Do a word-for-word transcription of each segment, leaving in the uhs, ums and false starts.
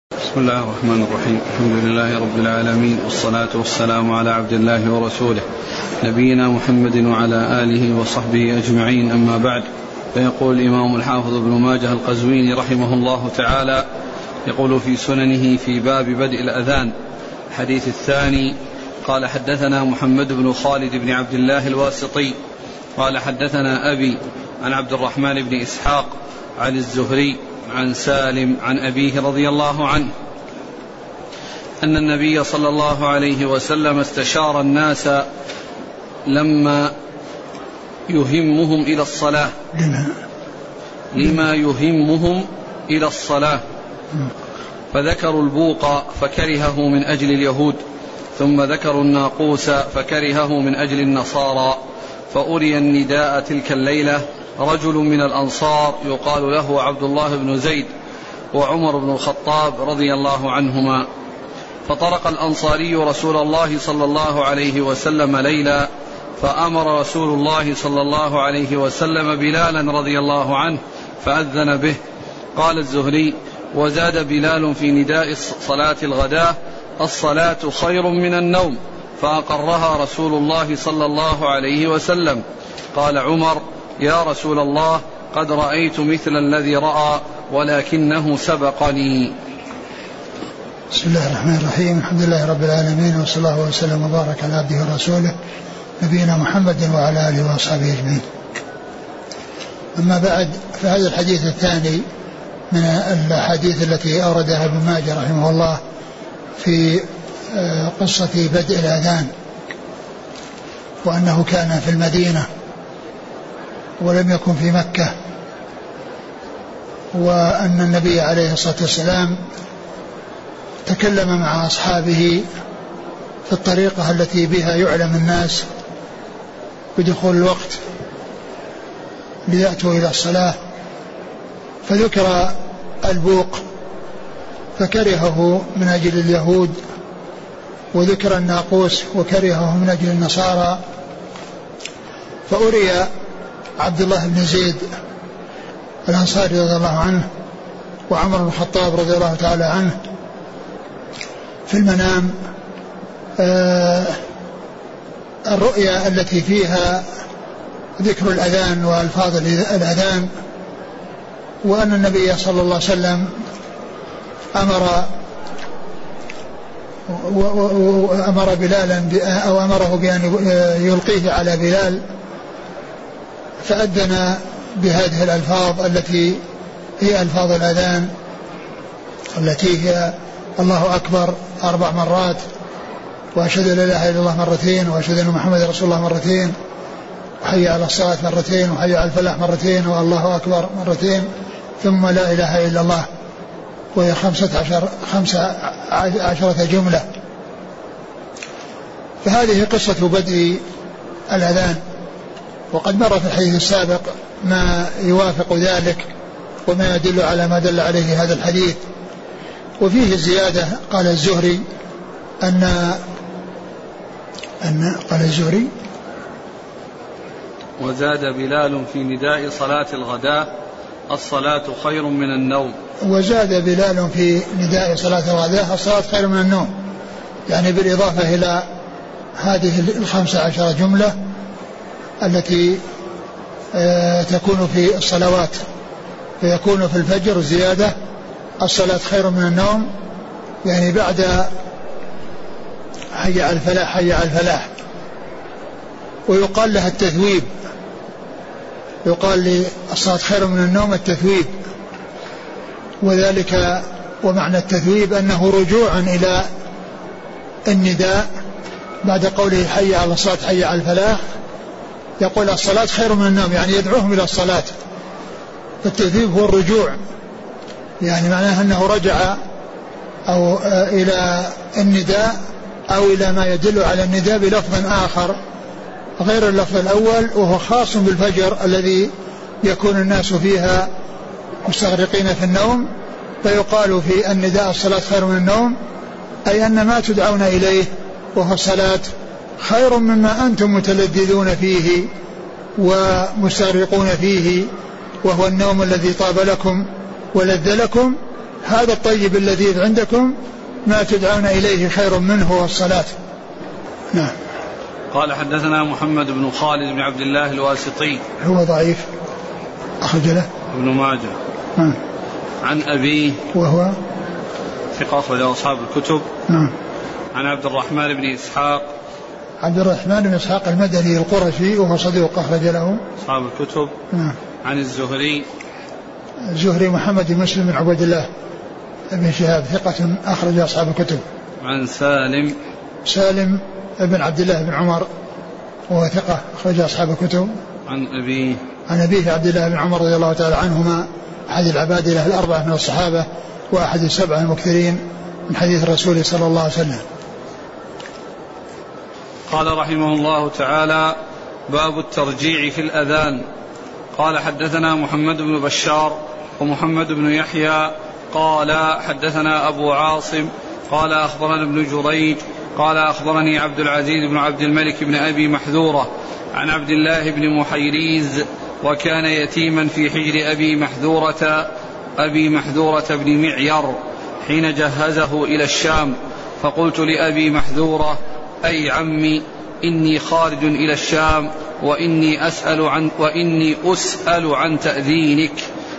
بسم الله الرحمن الرحيم. الحمد لله رب العالمين، والصلاة والسلام على عبد الله ورسوله نبينا محمد وعلى آله وصحبه أجمعين، أما بعد. فيقول الإمام الحافظ ابن ماجه القزويني رحمه الله تعالى، يقول في سننه في باب بدء الأذان الحديث الثاني: قال حدثنا محمد بن خالد بن عبد الله الواسطي قال حدثنا أبي عن عبد الرحمن بن إسحاق عن الزهري عن سالم عن أبيه رضي الله عنه أن النبي صلى الله عليه وسلم استشار الناس لما يهمهم إلى الصلاة لما يهمهم إلى الصلاة فذكروا البوق فكرهه من أجل اليهود، ثم ذكروا الناقوس فكرهه من أجل النصارى، فأري النداء تلك الليلة رجل من الأنصار يقال له عبد الله بن زيد وعمر بن الخطاب رضي الله عنهما، فطرق الأنصاري رسول الله صلى الله عليه وسلم ليلا، فأمر رسول الله صلى الله عليه وسلم بلالا رضي الله عنه فأذن به. قال الزهري: وزاد بلال في نداء صلاة الغداة: الصلاة خير من النوم، فأقرها رسول الله صلى الله عليه وسلم. قال عمر: يا رسول الله، قد رأيت مثل الذي رأى ولكنه سبقني. بسم الله الرحمن الرحيم. الحمد لله رب العالمين، وصلى الله وسلم وبارك على عبده ورسوله نبينا محمد وعلى آله وأصحابه أجمعين. أما بعد، فهذا الحديث الثاني من الأحاديث التي أوردها ابن ماجه رحمه الله في قصة بدء الأذان، وأنه كان في المدينة ولم يكن في مكة، وأن النبي عليه الصلاة والسلام تكلم مع أصحابه في الطريقة التي بها يعلم الناس بدخول الوقت ليأتوا إلى الصلاة، فذكر البوق فكرهه من أجل اليهود، وذكر الناقوس وكرهه من أجل النصارى، فأري عبد الله بن زيد الأنصاري رضي الله عنه وعمر بن الخطاب رضي الله تعالى عنه في المنام آه الرؤيا التي فيها ذكر الأذان وألفاظ الأذان، وأن النبي صلى الله عليه وسلم أمر وأمر بلالا أو أمره بأن يلقيه على بلال، فأذن بهذه الألفاظ التي هي ألفاظ الأذان، التي هي الله أكبر أربع مرات، وأشهد أن لا إله إلا الله مرتين، وأشهد أن محمد رسول الله مرتين، وحي على الصلاة مرتين، وحي على الفلاح مرتين، والله أكبر مرتين، ثم لا إله إلا الله، وهي خمسة عشر خمسة عشرة جملة. فهذه قصة بدء الأذان، وقد مر في الحديث السابق ما يوافق ذلك وما يدل على ما دل عليه هذا الحديث. وفيه زيادة، قال الزهري أن أن قال الزهري: وزاد بلال في نداء صلاة الغداة: الصلاة خير من النوم. وزاد بلال في نداء صلاة الغداة: الصلاة خير من النوم، يعني بالإضافة إلى هذه الخمسة عشر جملة التي تكون في الصلوات، فيكون في الفجر زيادة: الصلاة خير من النوم، يعني بعد حي على الفلاح حي على الفلاح، ويقال لها التثويب، يقال لي الصلاة خير من النوم التثويب، وذلك ومعنى التثويب أنه رجوع إلى النداء بعد قوله حي على الصلاة حي على الفلاح، يقول الصلاة خير من النوم، يعني يدعوهم إلى الصلاة. فالتثويب هو الرجوع، يعني معناه أنه رجع أو إلى النداء أو إلى ما يدل على النداء بلفظ آخر غير اللفظ الأول، وهو خاص بالفجر الذي يكون الناس فيها مستغرقين في النوم، فيقال في النداء الصلاة خير من النوم، أي أن ما تدعون إليه وهو الصلاة خير مما أنتم متلذذون فيه ومستغرقون فيه، وهو النوم الذي طاب لكم ولذ لكم، هذا الطيب الذي عندكم ما تدعون إليه خير منه هو الصلاة. نعم. قال حدثنا محمد بن خالد بن عبد الله الواسطي هو ضعيف أخرج له ابن ماجه. نعم. عن أبيه وهو ثقة أخرج أصحاب الكتب. نعم. عن عبد الرحمن بن إسحاق عبد الرحمن بن إسحاق المدني القرشي وهو صديق أخرج له أصحاب الكتب. نعم. عن الزهري الزهري محمد بن مسلم بن عبد الله بن شهاب ثقة أخرج أصحاب الكتب. عن سالم سالم بن عبد الله بن عمر وهو ثقة أخرج أصحاب الكتب. عن أبيه عن أبيه عبد الله بن عمر رضي الله تعالى عنهما أحد العبادلة الأربعة من الصحابة وأحد السبعة المكثرين من حديث الرسول صلى الله عليه وسلم. قال رحمه الله تعالى: باب الترجيع في الأذان. قال حدثنا محمد بن بشار ومحمد بن يحيى قال حدثنا أبو عاصم قال أخبرنا ابن جريج قال أخبرني عبد العزيز بن عبد الملك بن أبي محذورة عن عبد الله بن محيريز وكان يتيما في حجر أبي محذورة أبي محذورة بن معير حين جهزه إلى الشام، فقلت لأبي محذورة: أي عمي إني خارج إلى الشام وإني أسأل عن, وإني أسأل عن تأذينك.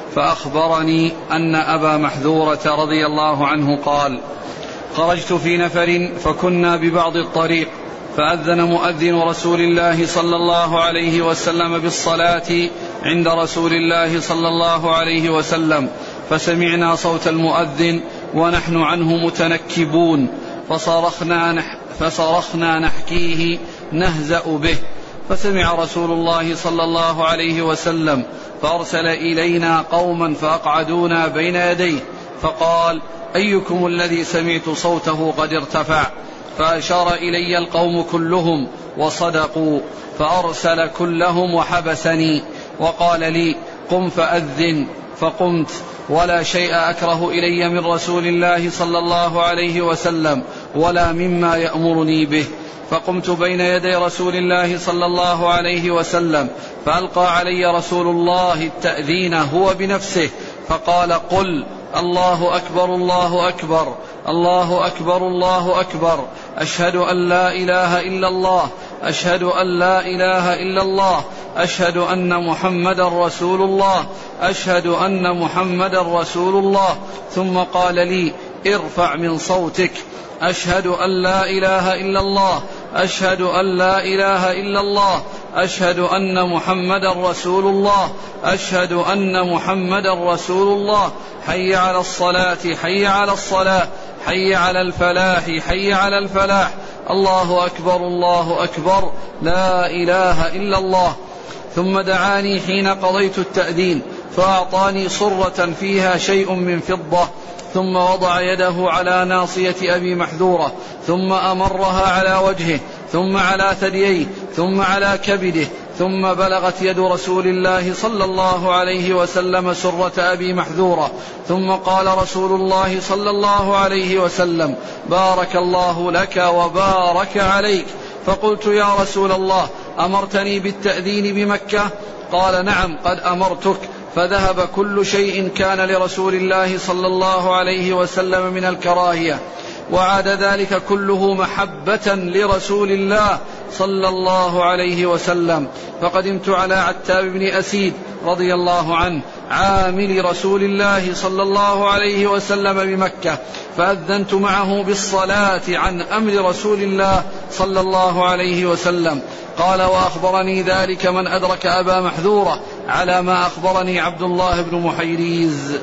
فأخبرني أن أبا محذورة رضي الله عنه قال: خرجت في نفر فكنا ببعض الطريق فأذن مؤذن رسول الله صلى الله عليه وسلم بالصلاة عند رسول الله صلى الله عليه وسلم، فسمعنا صوت المؤذن ونحن عنه متنكبون، فصرخنا, نح فصرخنا نحكيه نهزأ به، فسمع رسول الله صلى الله عليه وسلم فأرسل إلينا قوما فأقعدونا بين يديه، فقال: أيكم الذي سمعت صوته قد ارتفع؟ فأشار إلي القوم كلهم وصدقوا، فأرسل كلهم وحبسني وقال لي: قم فأذن، فقمت، ولا شيء أكره إلي من رسول الله صلى الله عليه وسلم ولا مما يأمرني به. فقمت بين يدي رسول الله صلى الله عليه وسلم فألقى علي رسول الله التأذين هو بنفسه فقال: قل: الله أكبر الله أكبر الله أكبر الله أكبر، أشهد أن لا إله إلا الله أشهد أن لا إله إلا الله أشهد أن محمدا رسول الله أشهد أن محمدا رسول الله. ثم قال لي: ارفع من صوتك، أشهد أن لا إله إلا الله أشهد أن لا إله إلا الله أشهد أن محمدا رسول الله أشهد أن محمدا رسول الله. حي على الصلاة حي على الصلاة حي على الفلاح حي على الفلاح. الله أكبر الله أكبر لا إله إلا الله. ثم دعاني حين قضيت التأذين فأعطاني صرة فيها شيء من فضة، ثم وضع يده على ناصية أبي محذورة، ثم أمرها على وجهه، ثم على ثدييه، ثم على كبده، ثم بلغت يد رسول الله صلى الله عليه وسلم سرة أبي محذورة، ثم قال رسول الله صلى الله عليه وسلم: بارك الله لك وبارك عليك. فقلت: يا رسول الله، أمرتني بالتأذين بمكة؟ قال: نعم، قد أمرتك. فذهب كل شيء كان لرسول الله صلى الله عليه وسلم من الكراهية، وعاد ذلك كله محبة لرسول الله صلى الله عليه وسلم. فقدمت على عتاب بن أسيد رضي الله عنه عامل رسول الله صلى الله عليه وسلم بمكة، فأذنت معه بالصلاة عن أمر رسول الله صلى الله عليه وسلم. قال: وأخبرني ذلك من أدرك أبا محذورة على ما أخبرني عبد الله بن محيريز.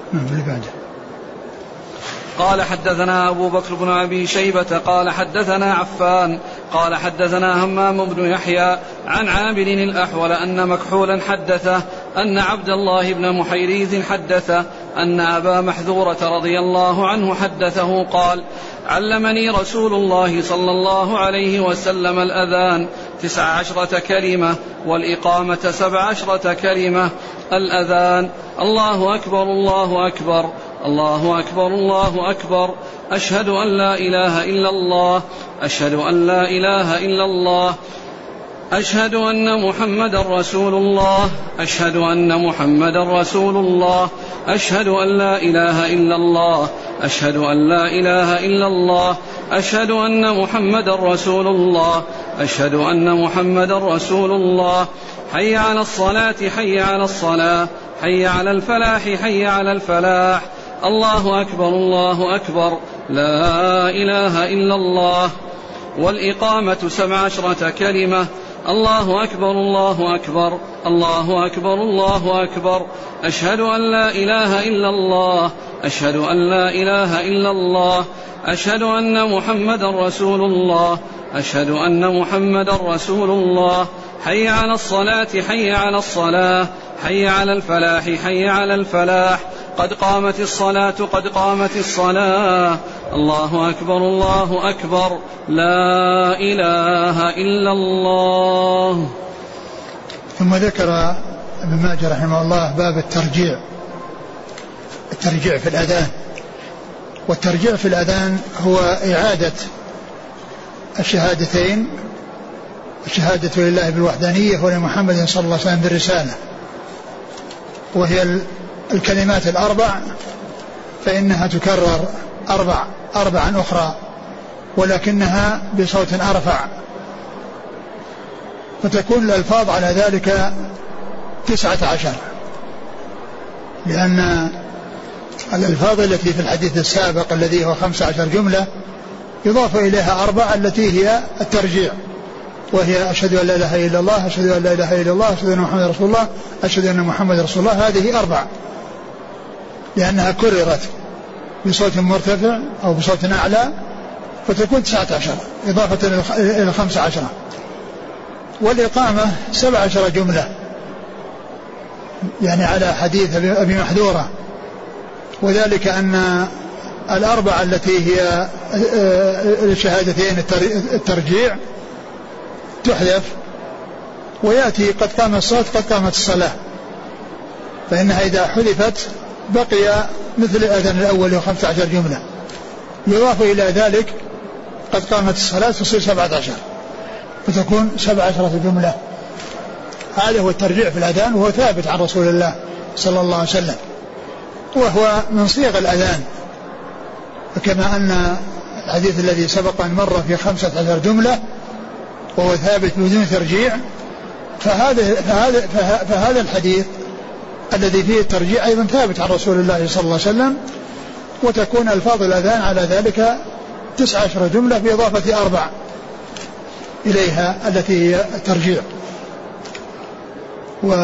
قال: حدثنا أبو بكر بن أبي شيبة قال حدثنا عفان قال حدثنا همام بن يحيى عن عامر الأحول أن مكحولا حدثه أن عبد الله بن محيريز حدثه أن أبا محذورة رضي الله عنه حدثه قال: علمني رسول الله صلى الله عليه وسلم الأذان تسع عشرة كلمة والإقامة سبع عشرة كلمة. الأذان: الله أكبر الله أكبر الله أكبر الله أكبر، أشهد أن لا إله إلا الله أشهد أن لا إله إلا الله أشهد أن محمدا رسول الله أشهد أن محمدا رسول الله أشهد أن لا إله إلا الله أشهد أن لا إله إلا الله أشهد أن محمدا رسول الله أشهد أن محمدا رسول الله حي على الصلاة حي على الصلاة حي على الفلاح حي على الفلاح الله أكبر الله أكبر لا إله إلا الله. والإقامة سبع عشرة كلمة الله أكبر الله أكبر الله أكبر الله أكبر أشهد أن لا إله إلا الله أشهد أن لا إله إلا الله أشهد أن محمدا رسول الله أشهد أن محمدا رسول الله حي على الصلاة حي على الصلاة حي على الفلاح حي على الفلاح قد قامت الصلاة قد قامت الصلاة الله أكبر الله أكبر لا إله إلا الله. ثم ذكر ابن ماجه رحمه الله باب الترجيع الترجيع في الأذان. والترجيع في الأذان هو إعادة الشهادتين الشهادة لله بالوحدانية ولمحمد صلى الله عليه وسلم بالرسالة، وهي الكلمات الأربع، فإنها تكرر أربع أربعا أخرى ولكنها بصوت أرفع، فتكون الألفاظ على ذلك تسعة عشر، لأن الألفاظ التي في الحديث السابق الذي هو خمسة عشر جملة يضاف إليها أربع التي هي الترجيع، وهي أشهد أن لا إله إلا الله أشهد أن لا إله إلا الله أشهد أن محمد رسول الله أشهد أن محمد رسول الله. هذه أربع لأنها كررت بصوت مرتفع أو بصوت أعلى فتكون تسعة عشر إضافة إلى خمسة عشر. والإقامة سبع عشر جملة يعني على حديث أبي محذورة، وذلك أن الأربعة التي هي الشهادتين الترجيع تحذف ويأتي قد قام الصلاة قد قامت الصلاة، فإنها إذا حذفت بقي مثل الأذان الأول له خمسة عشر جملة، يضاف إلى ذلك قد قامت الصلاة تصير سبعة عشر فتكون سبعة عشرة جملة. هذا هو الترجيع في الأذان، وهو ثابت عن رسول الله صلى الله عليه وسلم، وهو من صيغ الأذان، فكما أن الحديث الذي سبق أن مر في خمسة عشر جملة وهو ثابت بدون ترجيع، فهذا, فهذا, فهذا الحديث الذي فيه الترجيع أيضا ثابت عن رسول الله صلى الله عليه وسلم، وتكون ألفاظ الأذان على ذلك تسع عشر جملة بإضافة أربع إليها التي هي الترجيع. و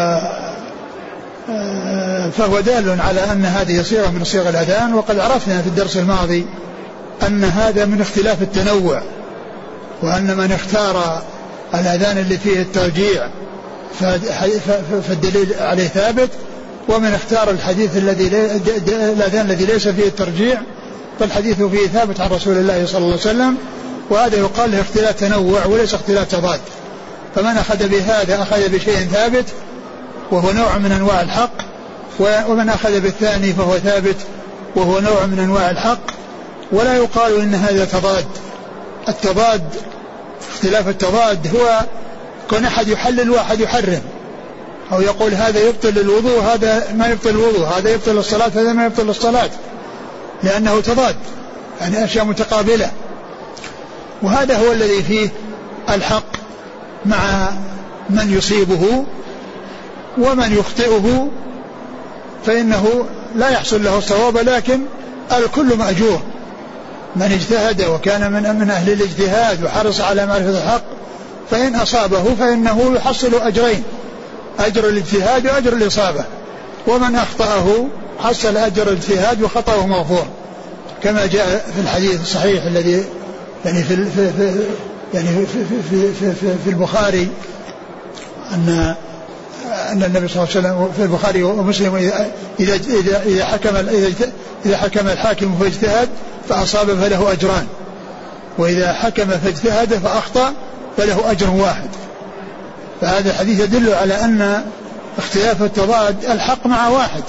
فهو دال على أن هذه صيغة من صيغ الأذان. وقد عرفنا في الدرس الماضي أن هذا من اختلاف التنوع، وأن من اختار الأذان اللي فيه الترجيع فالدليل عليه ثابت، ومن اختار الحديث الذي الأذان الذي ليس فيه الترجيع فالحديث فيه ثابت عن رسول الله صلى الله عليه وسلم، وهذا يقال له اختلاف تنوع وليس اختلاف تضاد. فمن أخذ بهذا أخذ بشيء ثابت وهو نوع من أنواع الحق، ومن أخذ بالثاني فهو ثابت وهو نوع من أنواع الحق، ولا يقال إن هذا تضاد. التضاد اختلاف التضاد هو كون أحد يحلل واحد يحرم، أو يقول هذا يبطل الوضوء هذا ما يبطل الوضوء، هذا يبطل الصلاة هذا ما يبطل الصلاة، لأنه تضاد يعني أشياء متقابلة. وهذا هو الذي فيه الحق مع من يصيبه، ومن يخطئه فإنه لا يحصل له الصواب، لكن الكل مأجور. من اجتهد وكان من من أهل الاجتهاد وحرص على معرفة الحق فإن أصابه فإنه يحصل أجرين، أجر الاجتهاد وأجر الإصابة، ومن أخطأه حصل أجر الاجتهاد وخطأه مغفور، كما جاء في الحديث الصحيح الذي يعني في في في يعني في في في, في, في البخاري أن أن النبي صلى الله عليه وسلم في البخاري ومسلم إذا إذا إذا حكم إذا حكم الحاكم فاجتهد فأصاب فله أجران، وإذا حكم فاجتهد فأخطأ فله أجر واحد. فهذا الحديث يدل على أن اختلاف التضاد الحق مع واحد،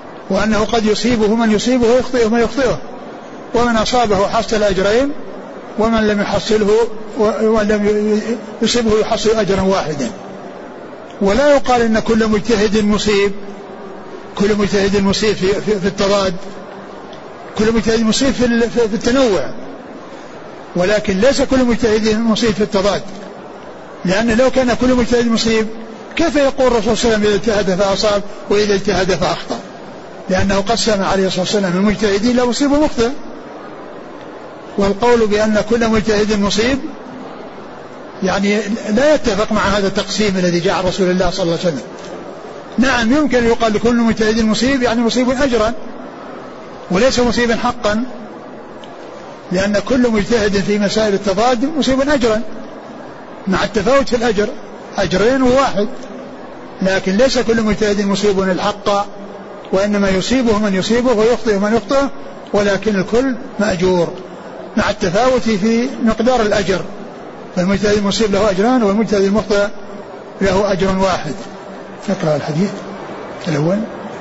وأنه قد يصيبه من يصيبه ويخطئه من يخطئه، ومن أصابه حصل أجرين ومن لم يحصله ولم يصيبه يحصل أجرا واحدا. ولا يقال إن كل مجتهد مصيب، كل مجتهد مصيب في, في, في التضاد، كل مجتهد مصيب في, في التنوع، ولكن ليس كل مجتهد مصيب في التضاد، لأن لو كان كل مجتهد مصيب كيف يقول الرسول صلى الله عليه وسلم إذا اجتهد فأصاب وإذا اجتهد فأخطأ؟ لأنه قسم عليه الصلاة والسلام المجتهدين لا مصيب ومخطئ. والقول بأن كل مجتهد مصيب يعني لا يتفق مع هذا التقسيم الذي جاء عن رسول الله صلى الله عليه وسلم. نعم يمكن يقال لكل مجتهد مصيب يعني مصيب أجرا وليس مصيبا حقا، لأن كل مجتهد في مسائل التضاد مصيب أجرا مع التفاوت في الأجر، أجرين وواحد، لكن ليس كل مجتهد مصيب الحق، وإنما يصيبه من يصيبه ويخطئ من يخطئ، ولكن الكل مأجور مع التفاوت في مقدار الأجر، فالمجتهد المصيب له أجران والمجتهد المخطئ له أجر واحد. نقرأ الحديث الأول.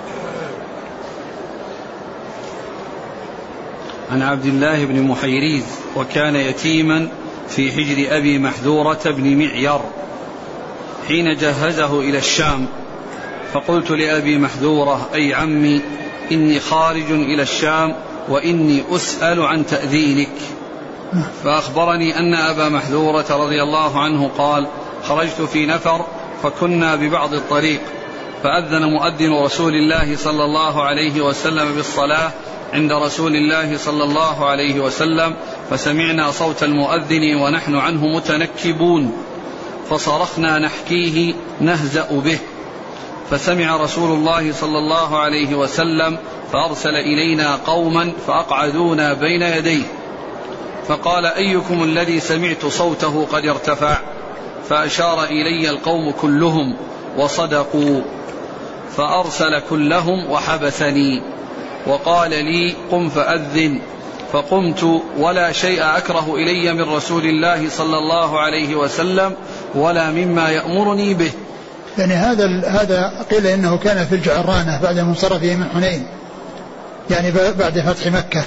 عن عبد الله بن محيريز وكان يتيما في حجر أبي محذورة بن معير حين جهزه إلى الشام، فقلت لأبي محذورة أي عمي إني خارج إلى الشام وإني أسأل عن تأذينك، فأخبرني أن أبا محذورة رضي الله عنه قال خرجت في نفر فكنا ببعض الطريق فأذن مؤذن رسول الله صلى الله عليه وسلم بالصلاة عند رسول الله صلى الله عليه وسلم، فسمعنا صوت المؤذن ونحن عنه متنكبون فصرخنا نحكيه نهزأ به، فسمع رسول الله صلى الله عليه وسلم فأرسل إلينا قوما فأقعدونا بين يديه، فقال أيكم الذي سمعت صوته قد ارتفع؟ فأشار إلي القوم كلهم وصدقوا، فأرسل كلهم وحبسني وقال لي قم فأذن، فقمت ولا شيء أكره إلي من رسول الله صلى الله عليه وسلم ولا مما يأمرني به. يعني هذا هذا قيل إنه كان في الجعرانة بعد منصرفه من حنين، يعني بعد فتح مكة،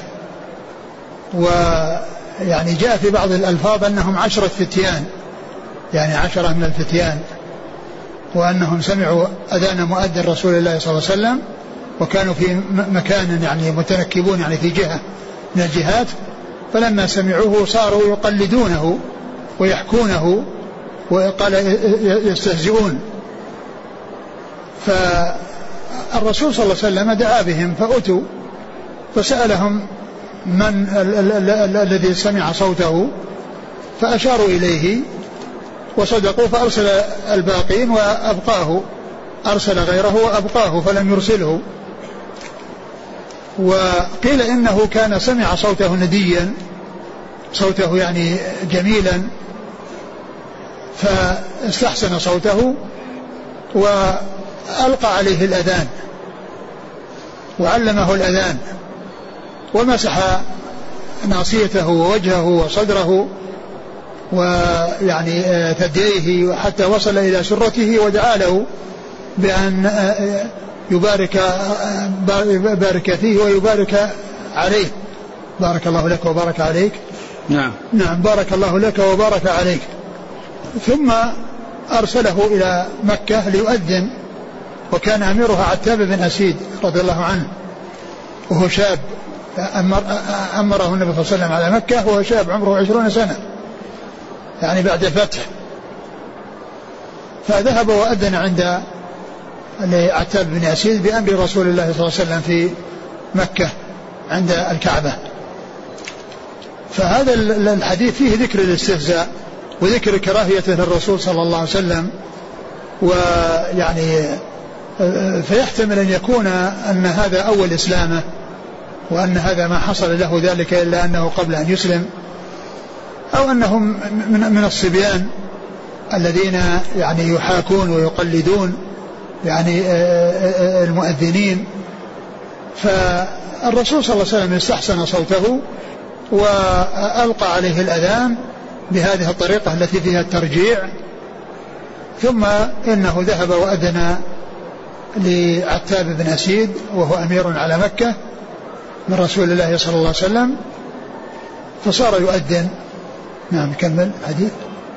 ويعني جاء في بعض الألفاظ أنهم عشرة فتيان، يعني عشرة من الفتيان، وأنهم سمعوا أذان مؤذن رسول الله صلى الله عليه وسلم وكانوا في مكان يعني متنكبون يعني في جهة من الجهات، فلما سمعوه صاروا يقلدونه ويحكونه وقال يستهزئون، فالرسول صلى الله عليه وسلم دعا بهم فأتوا فسألهم من الذي سمع صوته فأشاروا إليه وصدقوا، فأرسل الباقين وأبقاه، أرسل غيره وأبقاه فلم يرسله. وقيل إنه كان سمع صوته نديا، صوته يعني جميلا، فاستحسن صوته وألقى عليه الأذان وعلمه الأذان ومسح ناصيته ووجهه وصدره ويعني ثدييه حتى وصل إلى سرته، ودعا له بأن يبارك بارك فيه ويبارك عليه. بارك الله لك وبارك عليك. نعم نعم بارك الله لك وبارك عليك. ثم أرسله إلى مكة ليؤذن، وكان أميرها عتاب بن أسيد رضي الله عنه، وهو شاب، أمر أمره النبي صلى الله عليه وسلم على مكة وهو شاب عمره عشرون سنة، يعني بعد الفتح، فذهب وأذن عند عتاب بن أسيد بأمر رسول الله صلى الله عليه وسلم في مكة عند الكعبة. فهذا الحديث فيه ذكر الاستهزاء وذكر كراهيته للرسول صلى الله عليه وسلم، ويعني فيحتمل أن يكون أن هذا أول إسلامه، وأن هذا ما حصل له ذلك إلا أنه قبل أن يسلم، أو أنهم من الصبيان الذين يعني يحاكون ويقلدون يعني المؤذنين. فالرسول صلى الله عليه وسلم استحسن صوته وألقى عليه الأذان بهذه الطريقة التي فيها الترجيع، ثم إنه ذهب وأذن لعتاب بن أسيد وهو أمير على مكة من رسول الله صلى الله عليه وسلم، فصار يؤذن نعم كمل حديث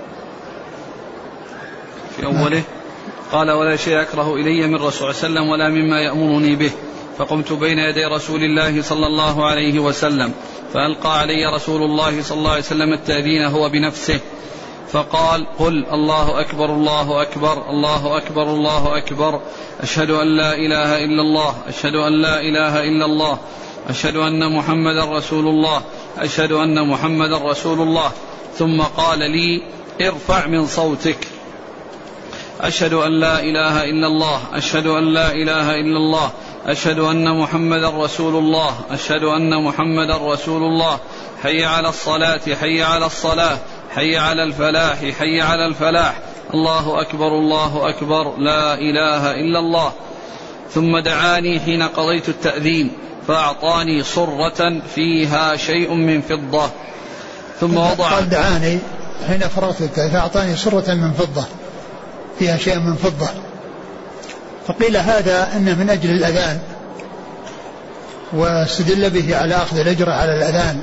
في أوله. قال ولا شيء أكره إلي من رسول الله صلى الله عليه وسلم ولا مما يأمرني به. فقمت بين يدي رسول الله صلى الله عليه وسلم فألقى علي رسول الله صلى الله عليه وسلم التأذين هو بنفسه فقال قل الله أكبر الله أكبر الله أكبر الله أكبر أشهد أن لا إله إلا الله أشهد أن لا إله إلا الله أشهد أن محمد رسول الله أشهد أن محمد رسول الله. ثم قال لي ارفع من صوتك أشهد أن لا إله إلا الله أشهد أن لا إله إلا الله أشهد أن محمد رسول الله أشهد أن محمد رسول الله حي على الصلاة حي على الصلاة حي على الفلاح حي على الفلاح الله أكبر الله أكبر لا إله إلا الله. ثم دعاني حين قضيت التأذين فأعطاني صرة فيها شيء من فضة ثم وضع قال دعاني حين فرغت فأعطاني صرة من فضة فيها شيء من فضة. فقيل هذا أنه من أجل الأذان واستدل به على أخذ الأجر على الأذان.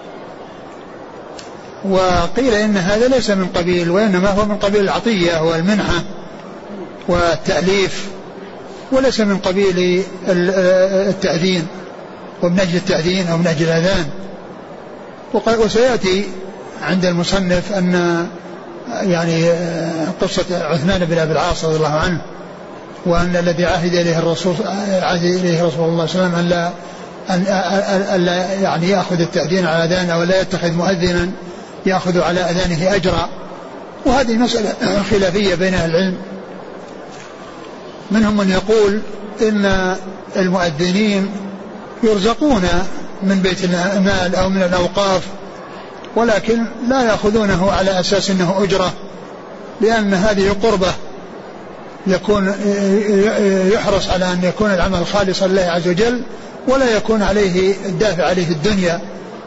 وقيل إن هذا ليس من قبيل وإنما هو من قبيل العطية والمنحة والتأليف وليس من قبيل التأذين ومن أجل التأذين أو من أجل الأذان. وسيأتي عند المصنف أن يعني قصة عثمان بن أبي العاص رضي الله عنه وأن الذي عهد إليه الرسول عهد إليه رسول الله صلى الله عليه وسلم أن لا أن لا يعني يأخذ التأذين على أذان أو لا يتخذ مؤذنا يأخذ على أذانه أجرا. وهذه مسألة خلافية بين أهل العلم. منهم من يقول إن المؤذنين يرزقون من بيت المال أو من الأوقاف ولكن لا يأخذونه على أساس أنه أجرة لأن هذه قربة يكون يحرص على أن يكون العمل خالصا لله عز وجل ولا يكون عليه الدافع عليه الدنيا.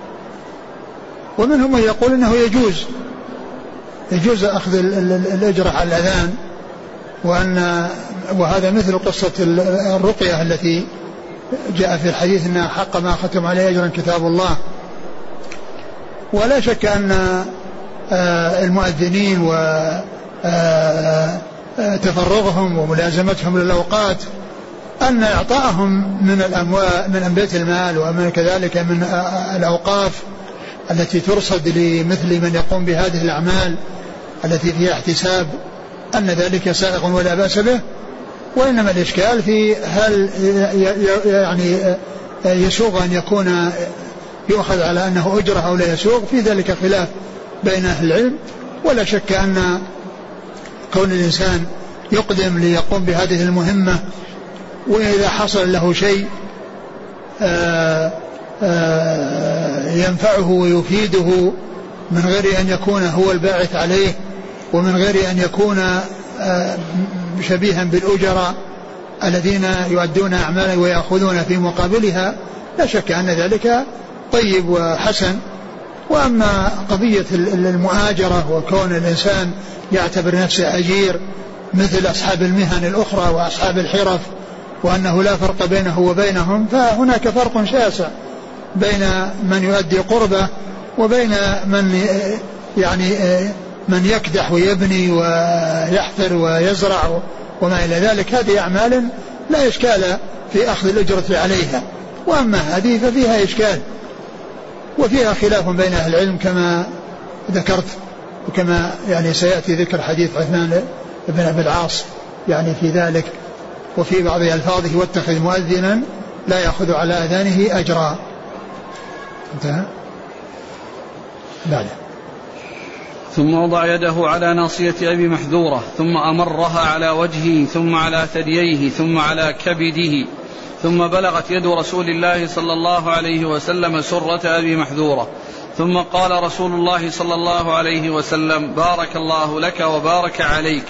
ومنهم من يقول إنه يجوز يجوز أخذ الأجرة على الأذان وأن وهذا مثل قصة الرقية التي جاء في الحديث أن حق ما ختم عليه أجرا كتاب الله. ولا شك أن المؤذنين وتفرغهم وملازمتهم للأوقات أن إعطاءهم من الأموال من بيت المال ومن كذلك من الأوقاف التي ترصد لمثل من يقوم بهذه الأعمال التي فيها احتساب أن ذلك سائغ ولا بأس به. وإنما الإشكال في هل يعني يسوغ أن يكون يؤخذ على أنه أجرة أو لا يسوغ. في ذلك خلاف بين أهل العلم. ولا شك أن كون الإنسان يقدم ليقوم بهذه المهمة وإذا حصل له شيء آآ آآ ينفعه ويفيده من غير أن يكون هو الباعث عليه ومن غير أن يكون شبيها بالأجراء الذين يؤدون أعمالا ويأخذون في مقابلها لا شك أن ذلك طيب وحسن. وأما قضية المؤاجرة وكون الإنسان يعتبر نفسه أجير مثل أصحاب المهن الأخرى وأصحاب الحرف وأنه لا فرق بينه وبينهم فهناك فرق شاسع بين من يؤدي قربة وبين من يعني من يكدح ويبني ويحفر ويزرع وما إلى ذلك. هذه أعمال لا إشكال في أخذ الأجرة عليها. وأما هذه ففيها إشكال وفيها خلاف بين أهل العلم كما ذكرت وكما يعني سيأتي ذكر حديث عثمان بن أبي العاص يعني في ذلك. وفي بعض ألفاظه واتخذ مؤذنا لا يأخذ على أذانه أجرا. انتهى. بعده ثم وضع يده على ناصية أبي محذورة ثم أمرها على وجهه ثم على ثدييه ثم على كبده ثم بلغت يد رسول الله صلى الله عليه وسلم سرة أبي محذورة ثم قال رسول الله صلى الله عليه وسلم بارك الله لك وبارك عليك.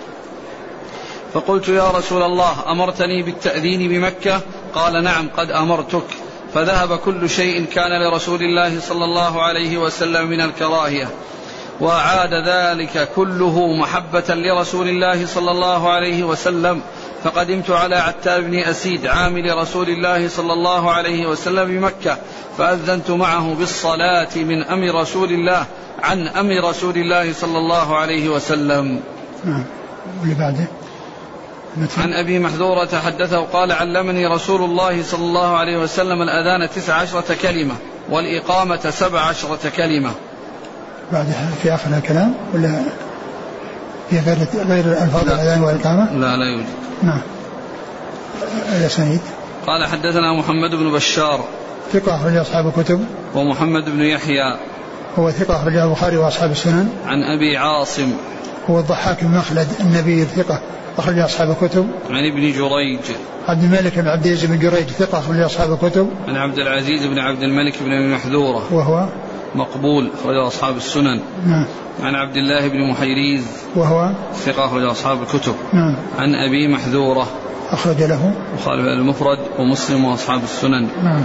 فقلت يا رسول الله أمرتني بالتأذين بمكة؟ قال نعم قد أمرتك. فذهب كل شيء كان لرسول الله صلى الله عليه وسلم من الكراهية وأعاد ذلك كله محبة لرسول الله صلى الله عليه وسلم. فقدمت على عتاب بن أسيد عامل رسول الله صلى الله عليه وسلم بمكة فأذنت معه بالصلاة من أمر رسول الله عن أمر رسول الله صلى الله عليه وسلم. نعم. اللي بعده عن أبي محذورة حدثه قال علمني رسول الله صلى الله عليه وسلم الأذان تسع عشرة كلمة والإقامة سبع عشرة كلمة. بعدها في آخر الكلام ولا في غير الألفاظ الأذان والإقامة؟ لا لا يوجد. نعم. يا سعيد. قال حدثنا محمد بن بشار ثقة أخرج أصحاب الكتب. ومحمد بن يحيى هو ثقة أخرجه البخاري وأصحاب السنن. عن أبي عاصم هو الضحاك بن مخلد النبي ثقة أخرج أصحاب الكتب. عن ابن جريج عبد الملك بن عبد العزيز بن جريج ثقة أخرج أصحاب الكتب. عن عبد العزيز بن عبد الملك بن أبي محذورة وهو مقبول أخرج أصحاب السنن. نعم. عن عبد الله بن محيريز وهو ثقة أخرج أصحاب الكتب. نعم. عن أبي محذورة أخرج له وخالف المفرد ومسلم وأصحاب السنن. نعم.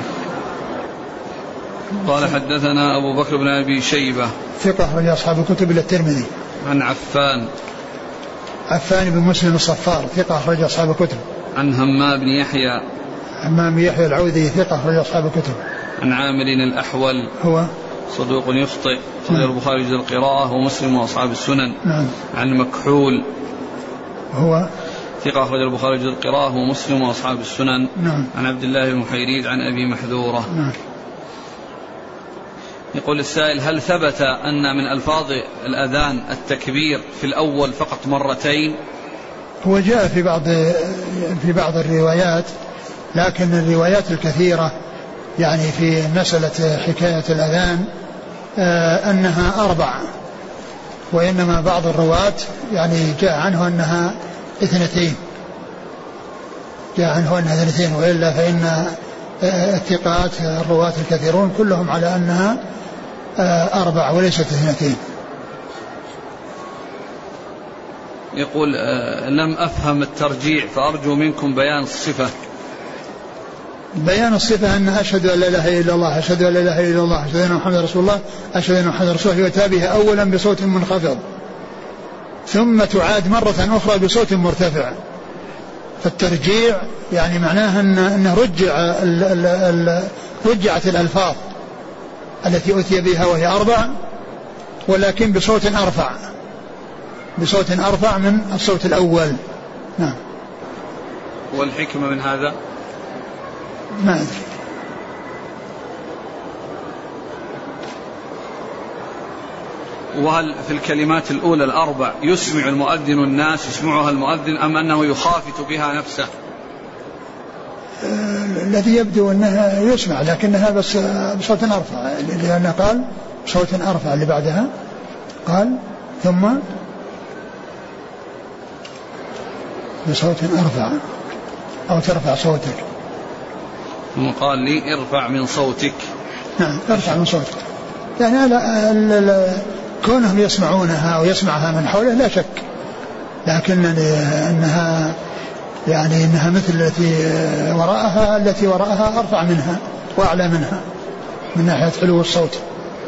قال حدثنا أبو بكر بن أبي شيبة ثقة أخرج أصحاب الكتب إلى الترمذي. عن عفان عفان بن مسلم الصفار ثقة أخرج أصحاب الكتب. عن همام بن يحيى همام يحيى العوذي ثقة أخرج أصحاب الكتب. عن عامر الأحول هو صدوق يخطئ أخرج البخاري جزء القراءة ومسلم وأصحاب السنن. نعم. عن مكحول هو ثقة أخرج البخاري جزء القراءة ومسلم وأصحاب السنن. نعم. عن عبد الله بن محيريز عن أبي محذورة. نعم. يقول السائل هل ثبت أن من ألفاظ الأذان التكبير في الأول فقط مرتين؟ هو جاء في بعض في بعض الروايات لكن الروايات الكثيرة يعني في مسألة حكاية الأذان آه أنها أربع، وإنما بعض الرواة يعني جاء عنه أنها اثنتين جاء عنه أنها اثنتين وإلا فإن آه الثقات الرواة الكثيرون كلهم على أنها آه أربع وليست اثنتين. يقول آه لم أفهم الترجيع فأرجو منكم بيان الصفة. بيان الصفة أن أشهد أن لا إله إلا الله أشهد أن لا إله إلا الله أشهد أن محمد رسول الله أشهد أن محمد رسول الله يؤتى بها أولا بصوت منخفض ثم تعاد مرة أخرى بصوت مرتفع. فالترجيع يعني معناها أن أنه رجع ال ال ال رجعت الألفاظ التي أتي بها وهي أربع ولكن بصوت أرفع بصوت أرفع من الصوت الأول. نعم. والحكمة من هذا ما أدري. وهل في الكلمات الأولى الأربع يسمع المؤذن الناس يسمعها المؤذن أم أنه يخافت بها نفسه؟ الذي يبدو أنها يسمع لكنها بس بصوت أرفع لأنه قال صوت أرفع اللي بعدها قال ثم بصوت أرفع أو ترفع صوتك. ثم قال لي ارفع من صوتك. نعم ارفع من صوتك يعني لا لا كونهم يسمعونها أو يسمعها من حوله لا شك لكن أنها يعني أنها مثل التي وراءها التي وراءها أرفع منها وأعلى منها من ناحية علو الصوت.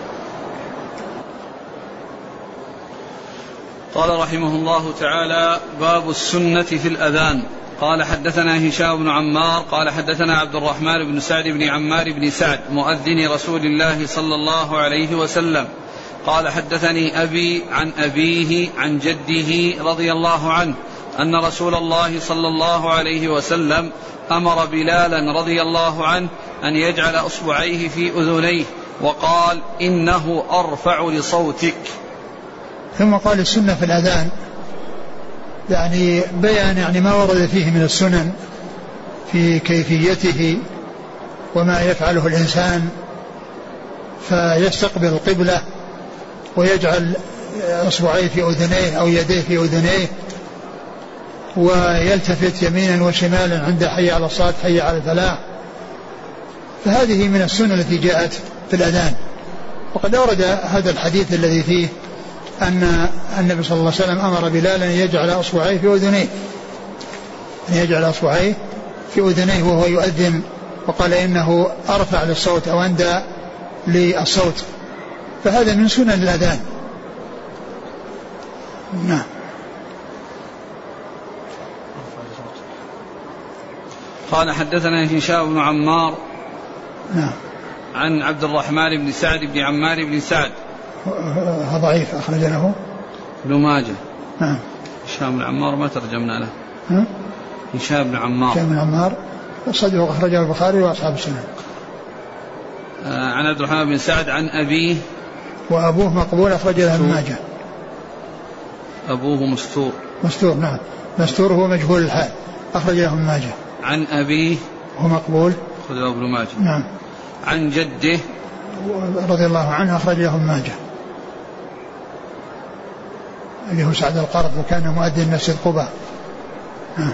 قال رحمه الله تعالى باب السنة في الأذان. قال حدثنا هشام بن عمار قال حدثنا عبد الرحمن بن سعد بن عمار بن سعد مؤذن رسول الله صلى الله عليه وسلم قال حدثني أبي عن أبيه عن جده رضي الله عنه أن رسول الله صلى الله عليه وسلم أمر بلالا رضي الله عنه أن يجعل أصبعيه في أذنيه وقال إنه أرفع لصوتك. ثم قال السنة في الأذان يعني بيان يعني ما ورد فيه من السنن في كيفيته وما يفعله الإنسان فيستقبل القبلة ويجعل أصبعيه في أذنيه أو يديه في أذنيه ويلتفت يمينا وشمالا عند حي على الصلاة حي على الفلاح. فهذه من السنة التي جاءت في الأذان. وقد أورد هذا الحديث الذي فيه أن النبي صلى الله عليه وسلم أمر بلالا أن يجعل أصبعيه في أذنيه أن يجعل أصبعيه في أذنيه وهو يؤذن وقال إنه أرفع للصوت أو أندى للصوت. فهذا من سنن الأذان. نعم. قال حدثنا هشام بن عمار نعم عن عبد الرحمن بن سعد بن عمار بن سعد ضعيف أخرج له ابن ماجه. نعم. هشام بن عمار ما ترجمنا له. ها؟ هشام بن عمار. هشام بن عمار صدق أخرجه البخاري وأصحاب السنن. آه عن عبد الرحمن بن سعد عن أبيه. وأبوه مقبول أخرج له ابن ماجه. أبوه مستور. مستور نعم. مستور هو مجهول الحال أخرج له ابن ماجه. عن أبيه هو مقبول أخرج له ابن ماجه. نعم. عن جده رضي الله عنه أخرج له ابن ماجه اللي هو سعد القرض وكان مؤذن مسجد قباء. نعم.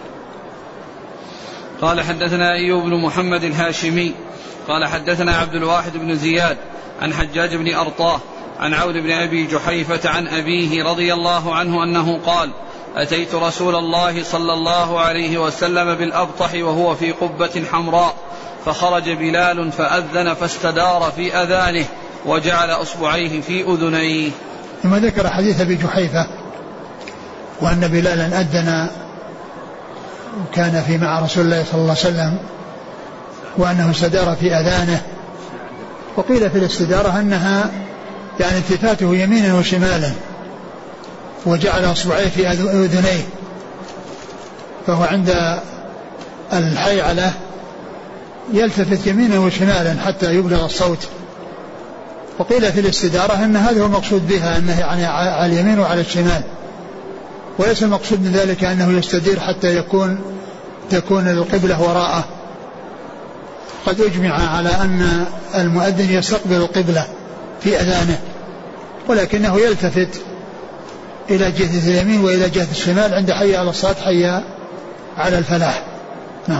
قال حدثنا أيوب بن محمد الهاشمي قال حدثنا عبد الواحد بن زياد عن حجاج بن أرطاه عن عون بن أبي جحيفة عن أبيه رضي الله عنه أنه قال أتيت رسول الله صلى الله عليه وسلم بالأبطح وهو في قبة حمراء فخرج بلال فأذن فاستدار في أذانه وجعل أصبعيه في أذنيه. ثم ذكر حديث أبي جحيفة وأن بلالا أذن وكان في مع رسول الله صلى الله عليه وسلم وأنه استدار في أذانه. وقيل في الاستدارة أنها يعني التفاته يمينا وشمالا وجعل أصبعيه في أذنيه فهو عند الحيعلة يلتفت يمينا وشمالا حتى يبلغ الصوت. وقيل في الاستدارة أن هذا هو المقصود بها أنه يعني على اليمين وعلى الشمال وليس المقصود من ذلك أنه يستدير حتى يكون تكون القبلة وراءه. قد أجمع على أن المؤذن يستقبل القبلة في أذانه ولكنه يلتفت إلى جهة اليمين وإلى جهة الشمال عند حي على الصلاة حي على الفلاح. نعم.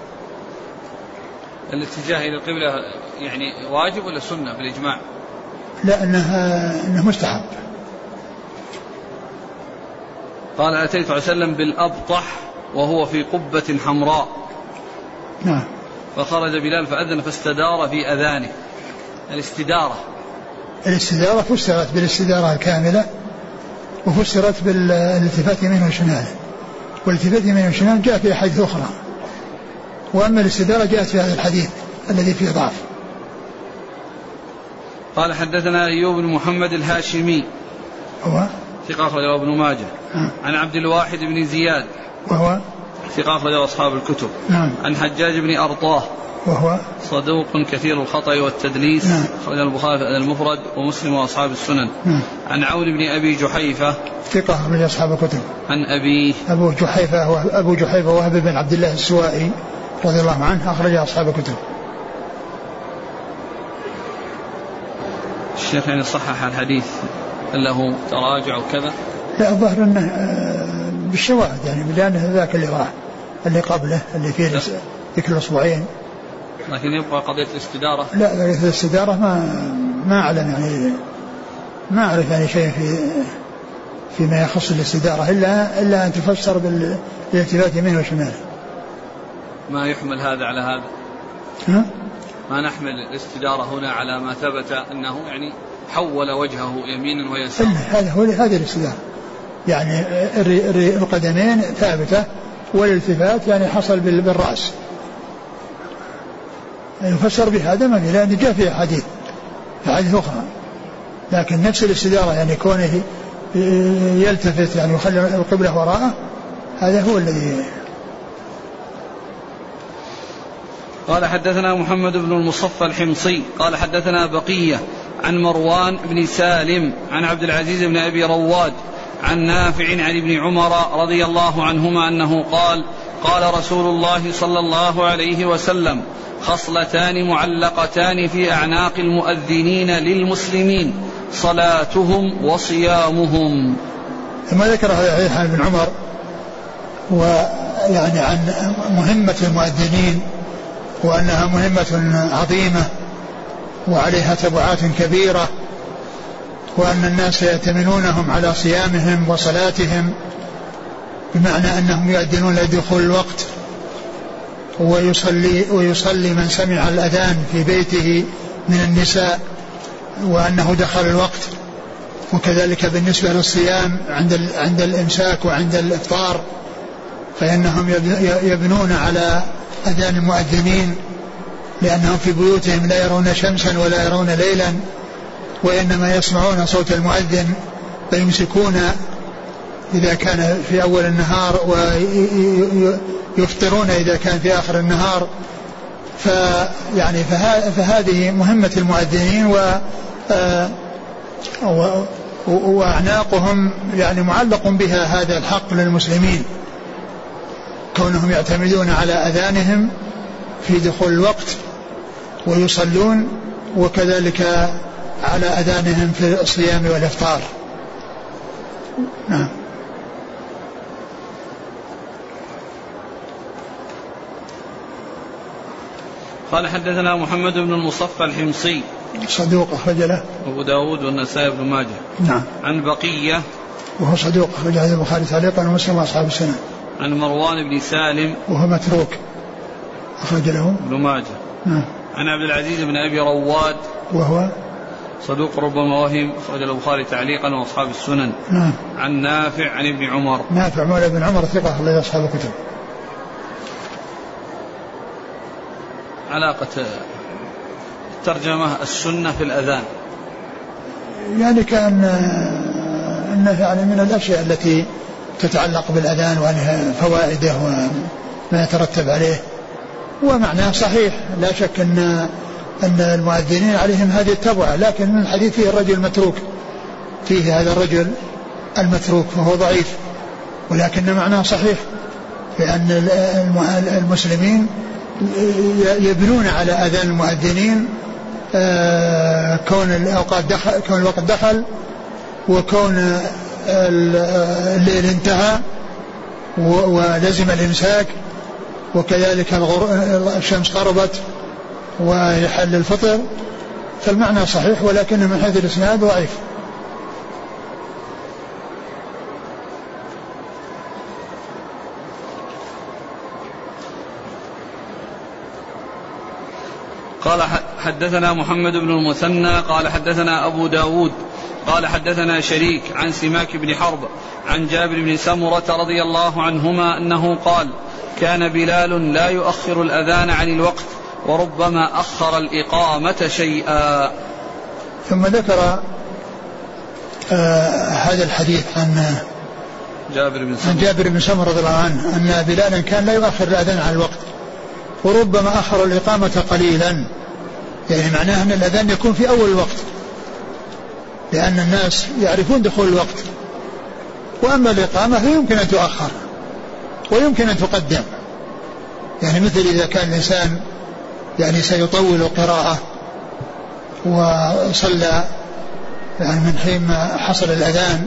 الاتجاه إلى القبلة يعني واجب ولا سنة بالإجماع؟ لا أنها إنه مستحب. قال أتيت عليه وسلم بالأبطح وهو في قبة حمراء. نعم. فخرج بلال فأذن فاستدار في أذانه. الاستدارة الاستدارة فسرت بالاستدارة الكاملة وفسرت بالالتفات يمين وشمال والالتفات يمين وشمال جاء في أحاديث أخرى وأما الاستدارة جاءت في هذا الحديث الذي فيه ضعف. قال حدثنا أيوب بن محمد الهاشمي هو ثقة أخرجه ابن ماجه. عن عبد الواحد بن زياد وهو ثقة أخرجه أصحاب الكتب. نعم. عن حجاج بن أرطاه وهو صدوق كثير الخطأ والتدليس. نعم. أخرجه البخاري في المفرد ومسلم وأصحاب السنن. نعم. عن عون بن أبي جحيفة ثقة أخرج أصحاب الكتب. عن أبيه أبو جحيفة هو أبو جحيفة وهب بن عبد الله السوائي رضي الله عنه أخرج أصحاب الكتب. الشيخ يعني صحح الحديث له تراجع وكذا. لا الظاهر أنه بالشواهد يعني لأنه ذاك اللي راح اللي قبله اللي فيه ذكر الأصبعين. لكن يبقى قضية الاستدارة. لا قضية الاستدارة ما ما أعلم يعني ما أعرف يعني شيء في فيما يخص الاستدارة إلا إلا أن تفسر بالالتفات يمين وشمال. ما يحمل هذا على هذا. ها؟ ما نحمل الاستدارة هنا على ما ثبت أنه يعني حول وجهه يمينا ويسارا. هذا هو هذا الاستدارة يعني القدمين ثابتة والالتفات يعني حصل بالرأس يفسر بهذا ما في لأن جاء فيه حديث حديث أخرى لكن نفس الاستدارة يعني كونه يلتفت يعني يخلي القبلة وراءه هذا هو الذي. قال حدثنا محمد بن المصفى الحمصي قال حدثنا بقية عن مروان بن سالم عن عبد العزيز بن أبي رواد عن نافع عن ابن عمر رضي الله عنهما أنه قال قال رسول الله صلى الله عليه وسلم خصلتان معلقتان في أعناق المؤذنين للمسلمين صلاتهم وصيامهم. ثم ذكر هذا عن ابن عمر ويعني عن مهمة المؤذنين وأنها مهمة عظيمة وعليها تبعات كبيرة وأن الناس يأتمنونهم على صيامهم وصلاتهم بمعنى أنهم يؤذنون لدخول الوقت ويصلي, ويصلي من سمع الأذان في بيته من النساء وأنه دخل الوقت وكذلك بالنسبة للصيام عند, عند الإمساك وعند الإفطار فإنهم يبنون على أذان المؤذنين لأنهم في بيوتهم لا يرون شمسا ولا يرون ليلا وإنما يسمعون صوت المؤذن فيمسكون إذا كان في أول النهار ويفطرون إذا كان في آخر النهار. فيعني فهذه مهمة المؤذنين و وأعناقهم يعني معلق بها هذا الحق للمسلمين، كونهم يعتمدون على أذانهم في دخول الوقت ويصلون، وكذلك على أذانهم في الصيام والإفطار. نعم. قال حدثنا محمد بن المصفى الحمصي صدوق أخرج له أبو داود والنسائي بن ماجه. نعم. عن بقية وهو صدوق أخرج له البخاري تعليقا ومسلم وأصحاب السنن. عن مروان بن سالم وهو متروك أخرج له ابن ماجه. نعم. عن عبد العزيز بن أبي رواد وهو صدوق ربما وهم أخرج له البخاري تعليقا وأصحاب السنن. نعم. عن نافع عن ابن عمر. نافع مولى ابن عمر ثقة أخرج أصحاب الكتب. علاقة ترجمة السنة في الأذان يعني كان أنه يعني من الأشياء التي تتعلق بالأذان وأنها فوائده وما يترتب عليه، ومعناه صحيح لا شك أن أن المؤذنين عليهم هذه التبعة، لكن من الحديث فيه الرجل المتروك، فيه هذا الرجل المتروك فهو ضعيف، ولكن معناه صحيح، لأن المسلمين يبنون على أذان المؤذنين كون الأوقات دخل، كون الوقت دخل، وكون الليل انتهى ولزم الإمساك، وكذلك الشمس غربت ويحل الفطر، فالمعنى صحيح، ولكن من حيث الإسناد ضعيف. قال حدثنا محمد بن المثنى قال حدثنا أبو داود قال حدثنا شريك عن سماك بن حرب عن جابر بن سمرة رضي الله عنهما أنه قال كان بلال لا يؤخر الأذان عن الوقت وربما أخر الإقامة شيئا. ثم ذكر آه هذا الحديث عن جابر بن سمرة, عن جابر بن سمرة رضي الله عنه أن بلالا كان لا يؤخر الأذان عن الوقت وربما أخر الإقامة قليلا، يعني معناه أن الأذان يكون في أول الوقت لأن الناس يعرفون دخول الوقت، وأما الإقامة فيمكن أن تؤخر ويمكن أن تقدم، يعني مثل إذا كان الإنسان يعني سيطول القراءة وصلى يعني من حين ما حصل الأذان،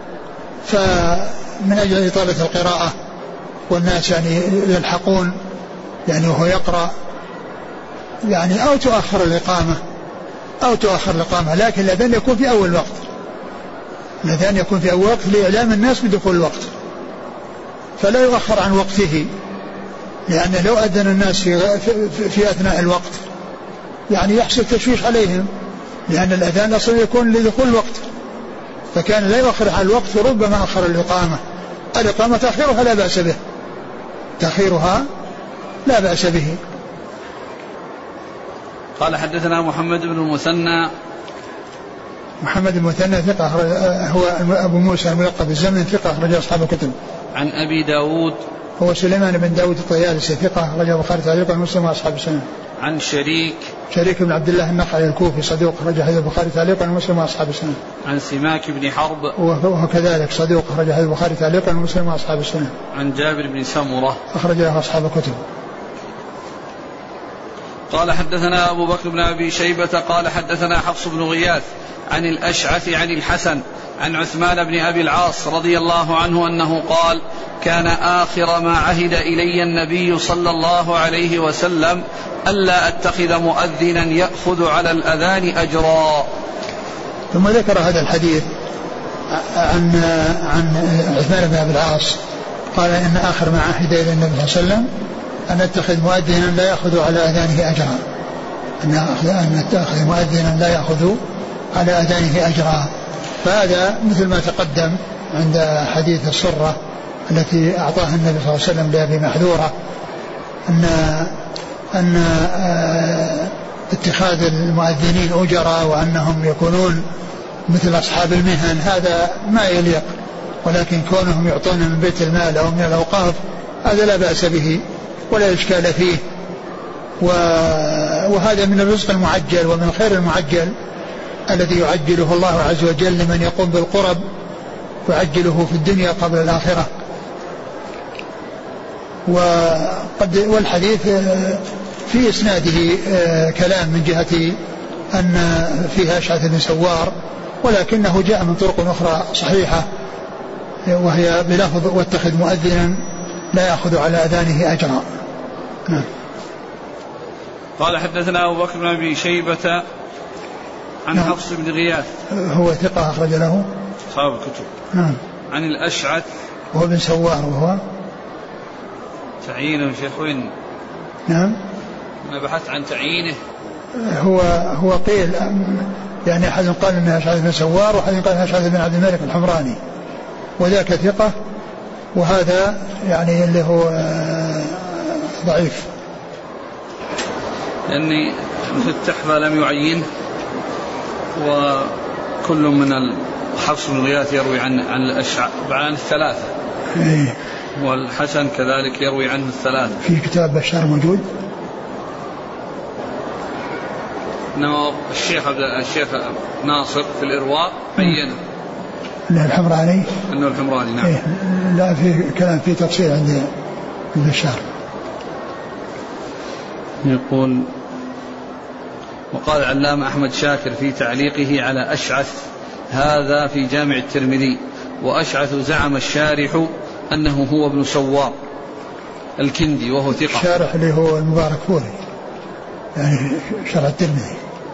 فمن أجل إطالة القراءة والناس يعني يلحقون يعني وهو يقرأ، يعني أو تؤخر الإقامة أو تؤخر الإقامة، لكن الأذان يكون في أول وقت، الأذان يكون في أول وقت لإعلام الناس بدخول الوقت، فلا يؤخر عن وقته، لأن لو أذن الناس في, في, في أثناء الوقت يعني يحصل تشويش عليهم، لأن الأذان أصلا يكون لدخول الوقت، فكان لا يؤخر عن الوقت وربما أخر الإقامة. الإقامة تأخيرها لا بأس به، تأخيرها لا بأس به. قال حدثنا محمد بن المثنى محمد بن المثنى ثقة هو أبو موسى الملقب بالزمن ثقة أخرج أصحاب الكتب. عن أبي داود هو سليمان بن داود الطيالسي ثقة أخرج البخاري تعليقا ومسلم وأصحاب السنن. عن شريك شريك بن عبد الله النخعي الكوفي صدوق أخرج البخاري تعليقا ومسلم وأصحاب السنن. عن سماك بن حرب وهو كذلك صدوق أخرج البخاري تعليقا ومسلم وأصحاب السنن. عن جابر بن سمرة أخرج له أصحاب الكتب. قال حدثنا أبو بكر بن أبي شيبة قال حدثنا حفص بن غياث عن الأشعث عن الحسن عن عثمان بن أبي العاص رضي الله عنه أنه قال كان آخر ما عهد إلي النبي صلى الله عليه وسلم ألا أتخذ مؤذنا يأخذ على الأذان أجرا. ثم ذكر هذا الحديث عن عن عثمان بن أبي العاص قال إن آخر ما عهد إلى النبي صلى الله عليه وسلم أن أتخذ مؤذنا لا يأخذ على أذانه أجرا، أن أتخذ مؤذنا لا يأخذ على أذانه أجرا. فهذا مثل ما تقدم عند حديث الصرة التي أعطاها النبي صلى الله عليه وسلم لأبي محذورة أن أن اتخاذ المؤذنين أجراء وأنهم يكونون مثل أصحاب المهن هذا ما يليق، ولكن كونهم يعطون من بيت المال أو من الأوقاف هذا لا بأس به ولا إشكال فيه. وهذا من الرزق المعجل ومن الخير المعجل الذي يعجله الله عز وجل لمن يقوم بالقرب، يعجله في الدنيا قبل الآخرة. وقد والحديث في إسناده كلام من جهة أن فيها أشعث بن سوار، ولكنه جاء من طرق أخرى صحيحة وهي بلفظ واتخذ مؤذنا لا يأخذ على أذانه أجرا. نعم. قال حدثنا أبو بكر بن أبي شيبة عن نعم. حفص بن غياث هو ثقة أخرج له أصحاب الكتب. نعم. عن الأشعث وهو بن سوار وهو تعيينه شيخ وين؟ نعم. أنا بحثت عن تعيينه. هو هو قيل يعني أحد قال أنه أشعث بن سوار وأحد قال أنه أشعث بن عبد الملك الحمراني، وذاك ثقة وهذا يعني اللي هو ضعيف. لأني في التحفة لم يعين، وكل من حفص بن غياث يروي عن عن الأشعث عن الثلاثة. إيه. والحسن كذلك يروي عنه الثلاثة. في كتاب بشار موجود. إنه الشيخ الشيخ ناصر في الإرواء بينه. لا الحمراني. إنه الحمراني نعم. إيه. لا في كلام في تفصيل عند البشار. يقول وقال العلامة أحمد شاكر في تعليقه على أشعث هذا في جامع الترمذي: وأشعث زعم الشارح أنه هو ابن سوار الكندي وهو ثقة. الشارح اللي هو المبارك فوري يعني شرح الترمذي.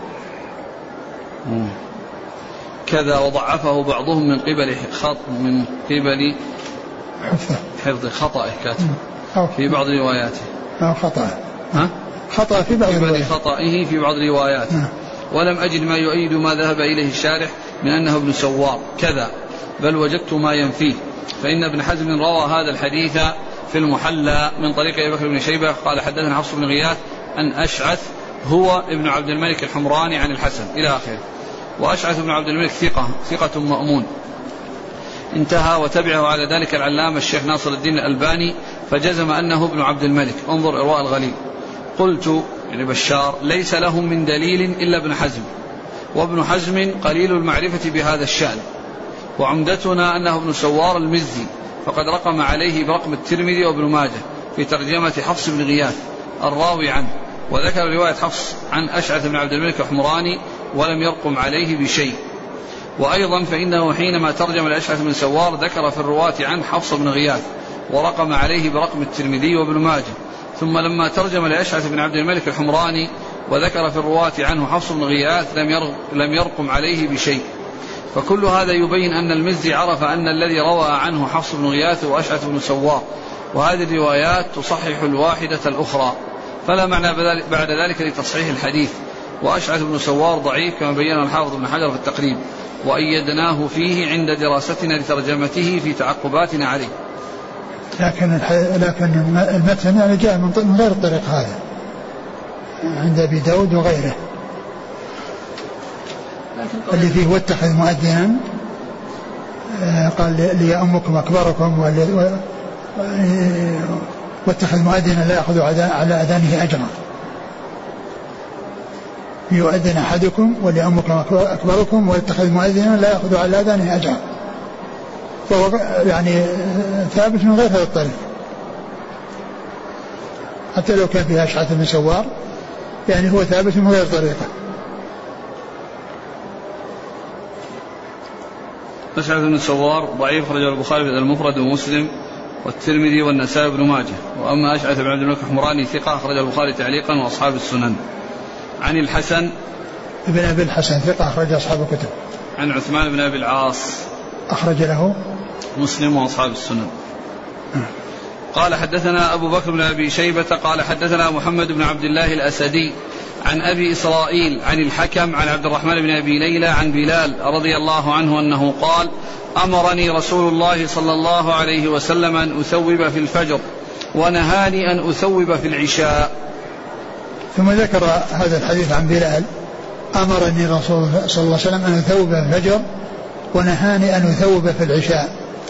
كذا وضعفه بعضهم من قبل خط من قبل حفظه حفظ خطأ كاتب في بعض رواياته أو خطأ ها خطأ في بعض رواياته خطئه في بعض رواياته ها. ولم أجد ما يؤيد ما ذهب إليه الشارح من أنه ابن سوار كذا، بل وجدت ما ينفيه، فإن ابن حزم روى هذا الحديث في المحلى من طريق أبي بكر بن شيبة قال حدثنا حفص بن غياث أن أشعث هو ابن عبد الملك الحمراني عن الحسن إلى آخره. وأشعث بن عبد الملك ثقة ثقة مأمون انتهى. وتبعه على ذلك العلامة الشيخ ناصر الدين الألباني فجزم أنه ابن عبد الملك، انظر إرواء الغليل. قلت يعني بشار ليس لهم من دليل إلا ابن حزم، وابن حزم قليل المعرفة بهذا الشأن، وعمدتنا أنه ابن سوار المزي، فقد رقم عليه برقم الترمذي وابن ماجه في ترجمة حفص بن غياث الراوي عنه، وذكر رواية حفص عن أشعث بن عبد الملك الحمراني ولم يرقم عليه بشيء. وأيضا فإنه حينما ترجم لأشعث بن سوار ذكر في الرواة عن حفص بن غياث ورقم عليه برقم الترمذي وابن ماجه، ثم لما ترجم لأشعث بن عبد الملك الحمراني وذكر في الرواة عنه حفص بن غياث لم يرقم عليه بشيء. فكل هذا يبين أن المزي عرف أن الذي روى عنه حفص بن غياث وأشعث بن سوار، وهذه الروايات تصحح الواحدة الأخرى، فلا معنى بعد ذلك لتصحيح الحديث. وأشعث بن سوار ضعيف كما بيّن الحافظ بن حجر في التقريب، وأيدناه فيه عند دراستنا لترجمته في تعقباتنا عليه. لكن لكن المتن يعني جاء من غير الطريق هذا عند أبي داود وغيره اللي فيه واتخذ مؤذنا قال ليأمكم أكبركم واتخذ مؤذنا لا يأخذ على أذانه أجرا، يؤذن أحدكم وليأمكم أكبركم واتخذ مؤذنا لا يأخذ على أذانه أجرا، فهو يعني ثابت من غير هذا الطريق حتى لو كان فيها أشعث بن سوار، يعني هو ثابت من غير طريقه. أشعث بن سوار ضعيف رجل البخاري في المفرد ومسلم والترمذي والنسائي بن ماجه. وأما أشعث بن عبد الملك الحمراني ثقة أخرج البخاري تعليقا وأصحاب السنن. عن الحسن ابن أبي الحسن ثقة أخرج أصحاب الكتب. عن عثمان بن أبي العاص أخرج له مسلم وأصحاب السنن. قال حدثنا أبو بكر بن أبي شيبة قال حدثنا محمد بن عبد الله الأسدي عن أبي إسرائيل عن الحكم عن عبد الرحمن بن أبي ليلى عن بلال رضي الله عنه أنه قال: أمرني رسول الله صلى الله عليه وسلم أن أثوب في الفجر ونهاني أن أثوب في العشاء. ثم ذكر هذا الحديث عن بلال: أمرني رسول الله صلى الله عليه وسلم أن أثوب في الفجر ونهاني أن أثوب في العشاء.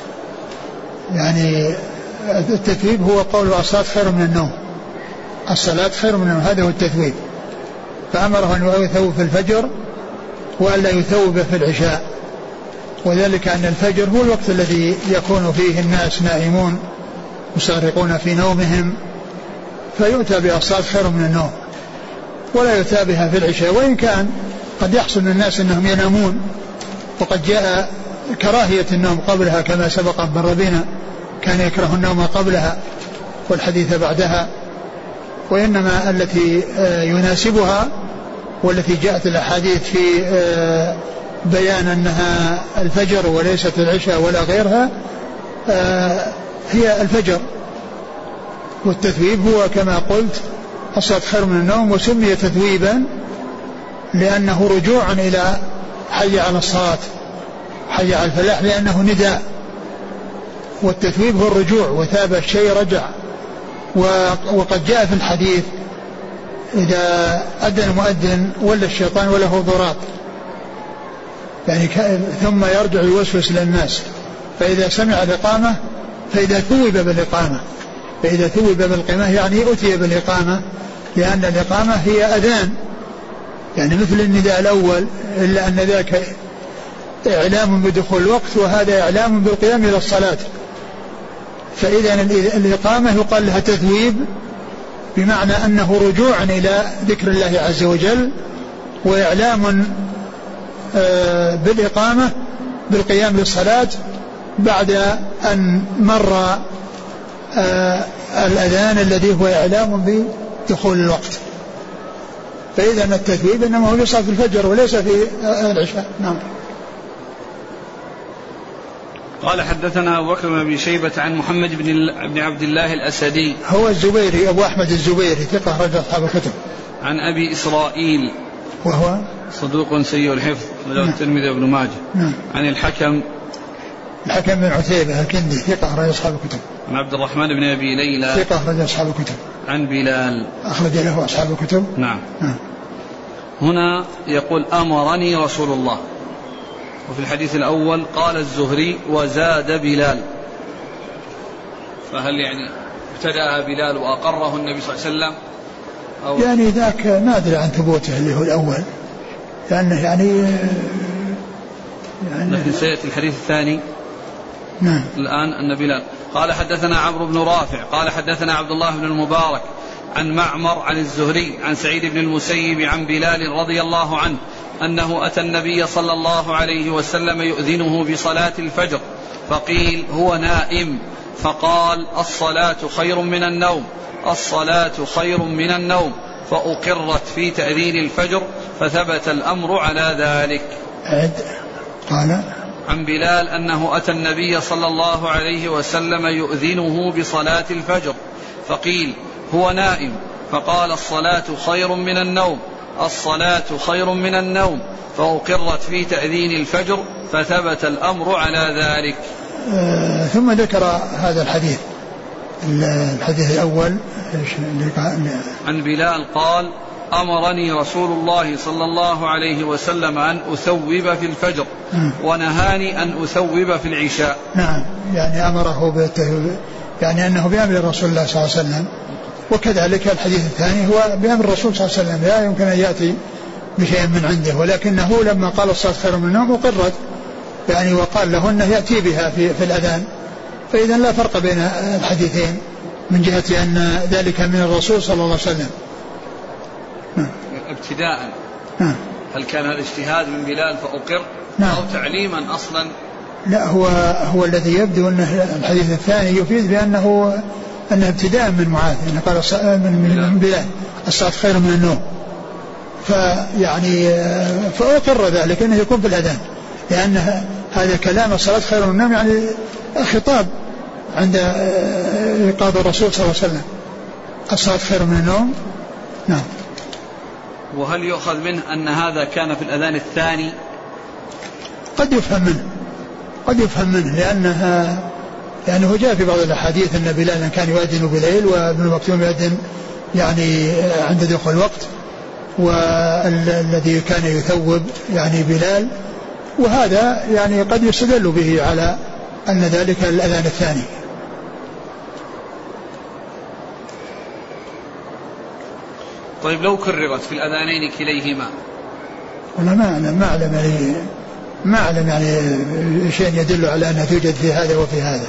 يعني التثويب هو قول الصلاة خير من النوم، الصلاة خير من النوم، هذا هو التثويب. فأمره أن يثوب في الفجر وألا يثوب في العشاء، وذلك أن الفجر هو الوقت الذي يكون فيه الناس نائمون مستغرقون في نومهم، فيؤتى بالصلاة خير من النوم ولا يؤتى بها في العشاء. وإن كان قد يحصل من الناس أنهم ينامون، وقد جاء كراهية النوم قبلها كما سبق أن مر بنا، كان يكره النوم قبلها والحديث بعدها، وإنما التي يناسبها والتي جاءت الأحاديث في بيان أنها الفجر وليست العشاء ولا غيرها هي الفجر. والتثويب هو كما قلت الصلاة خير من النوم، وسمي تثويبا لأنه رجوع إلى حي على الصلاة حي على الفلاح، لأنه نداء. والتثويب هو الرجوع، وثاب الشيء رجع. وقد جاء في الحديث: إذا أذن المؤذن ولا الشيطان وله ضراط، يعني ثم يرجع يوسوس للناس، فإذا سمع الإقامة فإذا ثوب بالإقامة فإذا ثوب بالإقامة يعني أتي بالإقامة، لأن الإقامة هي أذان يعني مثل النداء الأول، إلا أن ذاك إعلام بدخول الوقت وهذا إعلام بالقيام إلى الصلاة. فإذا الإقامة يقال لها تثويب بمعنى أنه رجوع إلى ذكر الله عز وجل، وإعلام بالإقامة بالقيام للصلاة بعد أن مر الأذان الذي هو إعلام بدخول الوقت. فإذا التثويب إنما هو يصلى في الفجر وليس في العشاء. نعم. قال: حدثنا أبو بكر بن أبي شيبة عن محمد بن عبد الله الأسدي، هو الزبيري أبو أحمد الزبيري، ثقة رجل أصحاب الكتب. عن أبي إسرائيل وهو صدوق سيء الحفظ، رواه الترمذي وابن ماجه. نعم. عن الحكم الحكم بن عتيبة الكندي، ثقة رجل أصحاب الكتب. عن عبد الرحمن بن أبي ليلى، ثقة رجل أصحاب الكتب. عن بلال، أخرج له أصحاب الكتب. نعم. نعم. هنا يقول: أمرني رسول الله، وفي الحديث الأول قال الزهري: وزاد بلال. فهل يعني ابتدأ بلال وأقره النبي صلى الله عليه وسلم أو يعني ذاك نادر عن ثبوته اللي هو الأول، لأنه يعني, يعني لكن سيأتي الحديث الثاني. نعم. الآن أن بلال قال: حدثنا عمرو بن رافع قال حدثنا عبد الله بن المبارك عن معمر عن الزهري عن سعيد بن المسيب عن بلال رضي الله عنه أنه أتى النبي صلى الله عليه وسلم يؤذنه بصلاة الفجر، فقيل: هو نائم، فقال: الصلاة خير من النوم، الصلاة خير من النوم، فأقرت في تأذين الفجر، فثبت الأمر على ذلك. قال عن بلال أنه أتى النبي صلى الله عليه وسلم يؤذنه بصلاة الفجر، فقيل: هو نائم، فقال: الصلاة خير من النوم، الصلاة خير من النوم، فأقرت في تأذين الفجر، فثبت الأمر على ذلك. آه ثم ذكر هذا الحديث الحديث الأول عن بلال قال: أمرني رسول الله صلى الله عليه وسلم أن أثوب في الفجر، ونهاني أن أثوب في العشاء. نعم، يعني أمره بالتثويب، يعني أنه بأمر رسول الله صلى الله عليه وسلم. وكذلك الحديث الثاني هو بأمر الرسول صلى الله عليه وسلم، لا يمكن أن يأتي بشيء من عنده، ولكنه لما قال الصلاة خير من النوم أقرت، يعني وقال له أنه يأتي بها في, في الأذان. فإذا لا فرق بين الحديثين من جهة أن ذلك من الرسول صلى الله عليه وسلم. نعم. ابتداء نعم. هل كان هذا اجتهاد من بلال فأقر؟ نعم. أو تعليما أصلا؟ لا، هو هو الذي يبدو أن الحديث الثاني يفيد بأنه أنه ابتداء من معاذ، يعني قال من بلال: الصلاة خير من النوم. فيعني فأقر ذلك أنه يكون في الأذان، لأن هذا كلام الصلاة خير من النوم يعني خطاب عند إيقاظ الرسول صلى الله عليه وسلم، الصلاة خير من النوم. نعم. وهل يؤخذ منه أن هذا كان في الأذان الثاني؟ قد يفهم منه قد يفهم منه لأنها لأنه جاء في بعض الأحاديث أن بلالا كان يؤذن بليل وابن مكتوم يؤذن يعني عند دخول الوقت، والذي كان يثوب يعني بلال، وهذا يعني قد يستدل به على أن ذلك الأذان الثاني. طيب لو كررت في الأذانين كليهما؟ أنا ما أعلم ما أعلم يعني ما أعلم يعني شيء يدل على أنها توجد في هذا وفي هذا.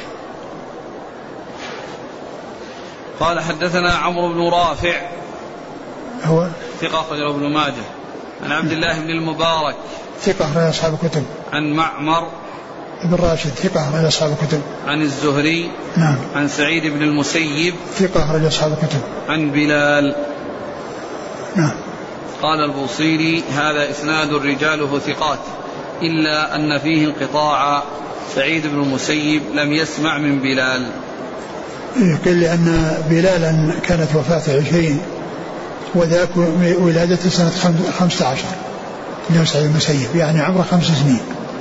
قال حدثنا عمرو بن رافع هو ثقة أخرجه ابن ماجه عن عبد الله بن المبارك ثقة أخرج أصحاب الكتب عن معمر بن راشد ثقة أخرج أصحاب الكتب عن الزهري نعم عن سعيد بن المسيب ثقة أخرج أصحاب الكتب عن بلال نعم. قال البوصيري هذا إسناد رجاله ثقات إلا أن فيه انقطاع، سعيد بن المسيب لم يسمع من بلال. قيل لأن بلالا كانت وفاته عشرين وذاك ولادته سنة خمسة عشر اللي سعيد المسيب يعني عمره خمس سنين.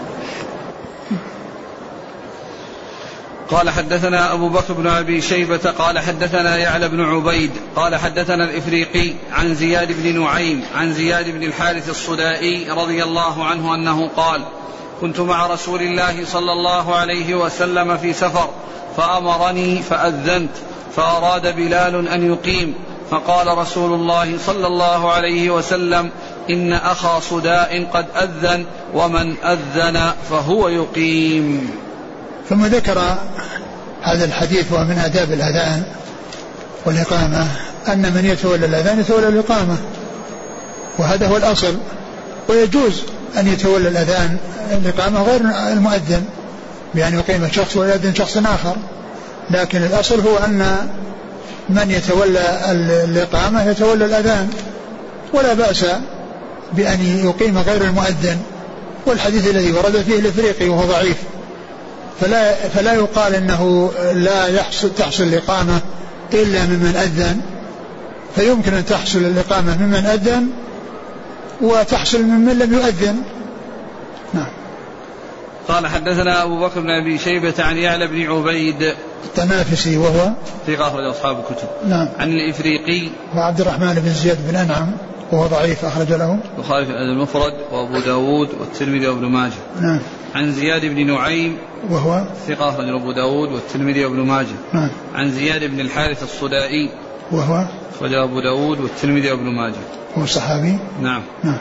قال حدثنا أبو بكر بن أبي شيبة قال حدثنا يعلى بن عبيد قال حدثنا الإفريقي عن زياد بن نعيم عن زياد بن الحارث الصدائي رضي الله عنه أنه قال كنت مع رسول الله صلى الله عليه وسلم في سفر فأمرني فأذنت فأراد بلال أن يقيم فقال رسول الله صلى الله عليه وسلم إن أخا صداء قد أذن ومن أذن فهو يقيم. ثم ذكر هذا الحديث ومن آداب الأذان والإقامة أن من يتولى الأذان يتولى الإقامة، وهذا هو الأصل، ويجوز أن يتولى الأذان الإقامة غير المؤذن بأن يقيم شخص ويأذن شخص آخر، لكن الأصل هو أن من يتولى الإقامة يتولى الأذان، ولا بأس بأن يقيم غير المؤذن. والحديث الذي ورد فيه الإفريقي وهو ضعيف، فلا, فلا يقال أنه لا يحصل تحصل الإقامة إلا ممن أذن، فيمكن أن تحصل الإقامة ممن أذن وتحصل ممن لم يؤذن. نعم. قال حدثنا أبو بكر بن أبي شيبة عن يعلى بن عبيد التنافسي وهو ثقة أخرج أصحاب الكتب نعم. عن الإفريقي وعبد الرحمن بن زياد بن أنعم وهو ضعيف أخرج له البخاري في الأدب المفرد وأبو داود والترمذي وابن ماجه. نعم. عن زياد بن نعيم وهو ثقة أخرج أبو داود والترمذي وابن ماجه. نعم. عن زياد بن الحارث الصدائي وهو أخرج أبو داود والترمذي وابن ماجه. هو صحابي. نعم. نعم.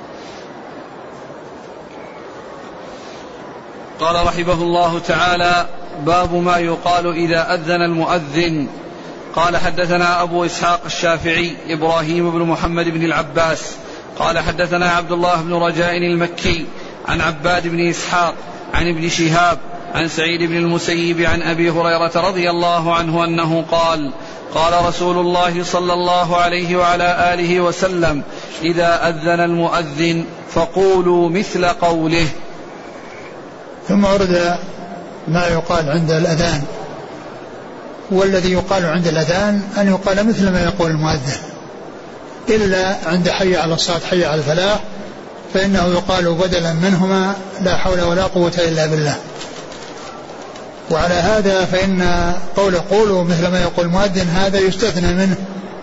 قال رحمه الله تعالى باب ما يقال إذا أذن المؤذن. قال حدثنا أبو إسحاق الشافعي إبراهيم بن محمد بن العباس قال حدثنا عبد الله بن رجاء المكي عن عباد بن إسحاق عن ابن شهاب عن سعيد بن المسيب عن أبي هريرة رضي الله عنه أنه قال قال رسول الله صلى الله عليه وعلى آله وسلم إذا أذن المؤذن فقولوا مثل قوله. ثم ورد ما يقال عند الأذان، والذي يقال عند الأذان أن يقال مثل ما يقول المؤذن، إلا عند حي على الصلاة حي على الفلاح فإنه يقال بدلا منهما لا حول ولا قوة إلا بالله. وعلى هذا فإن قول قولوا مثل ما يقول المؤذن هذا يستثنى منه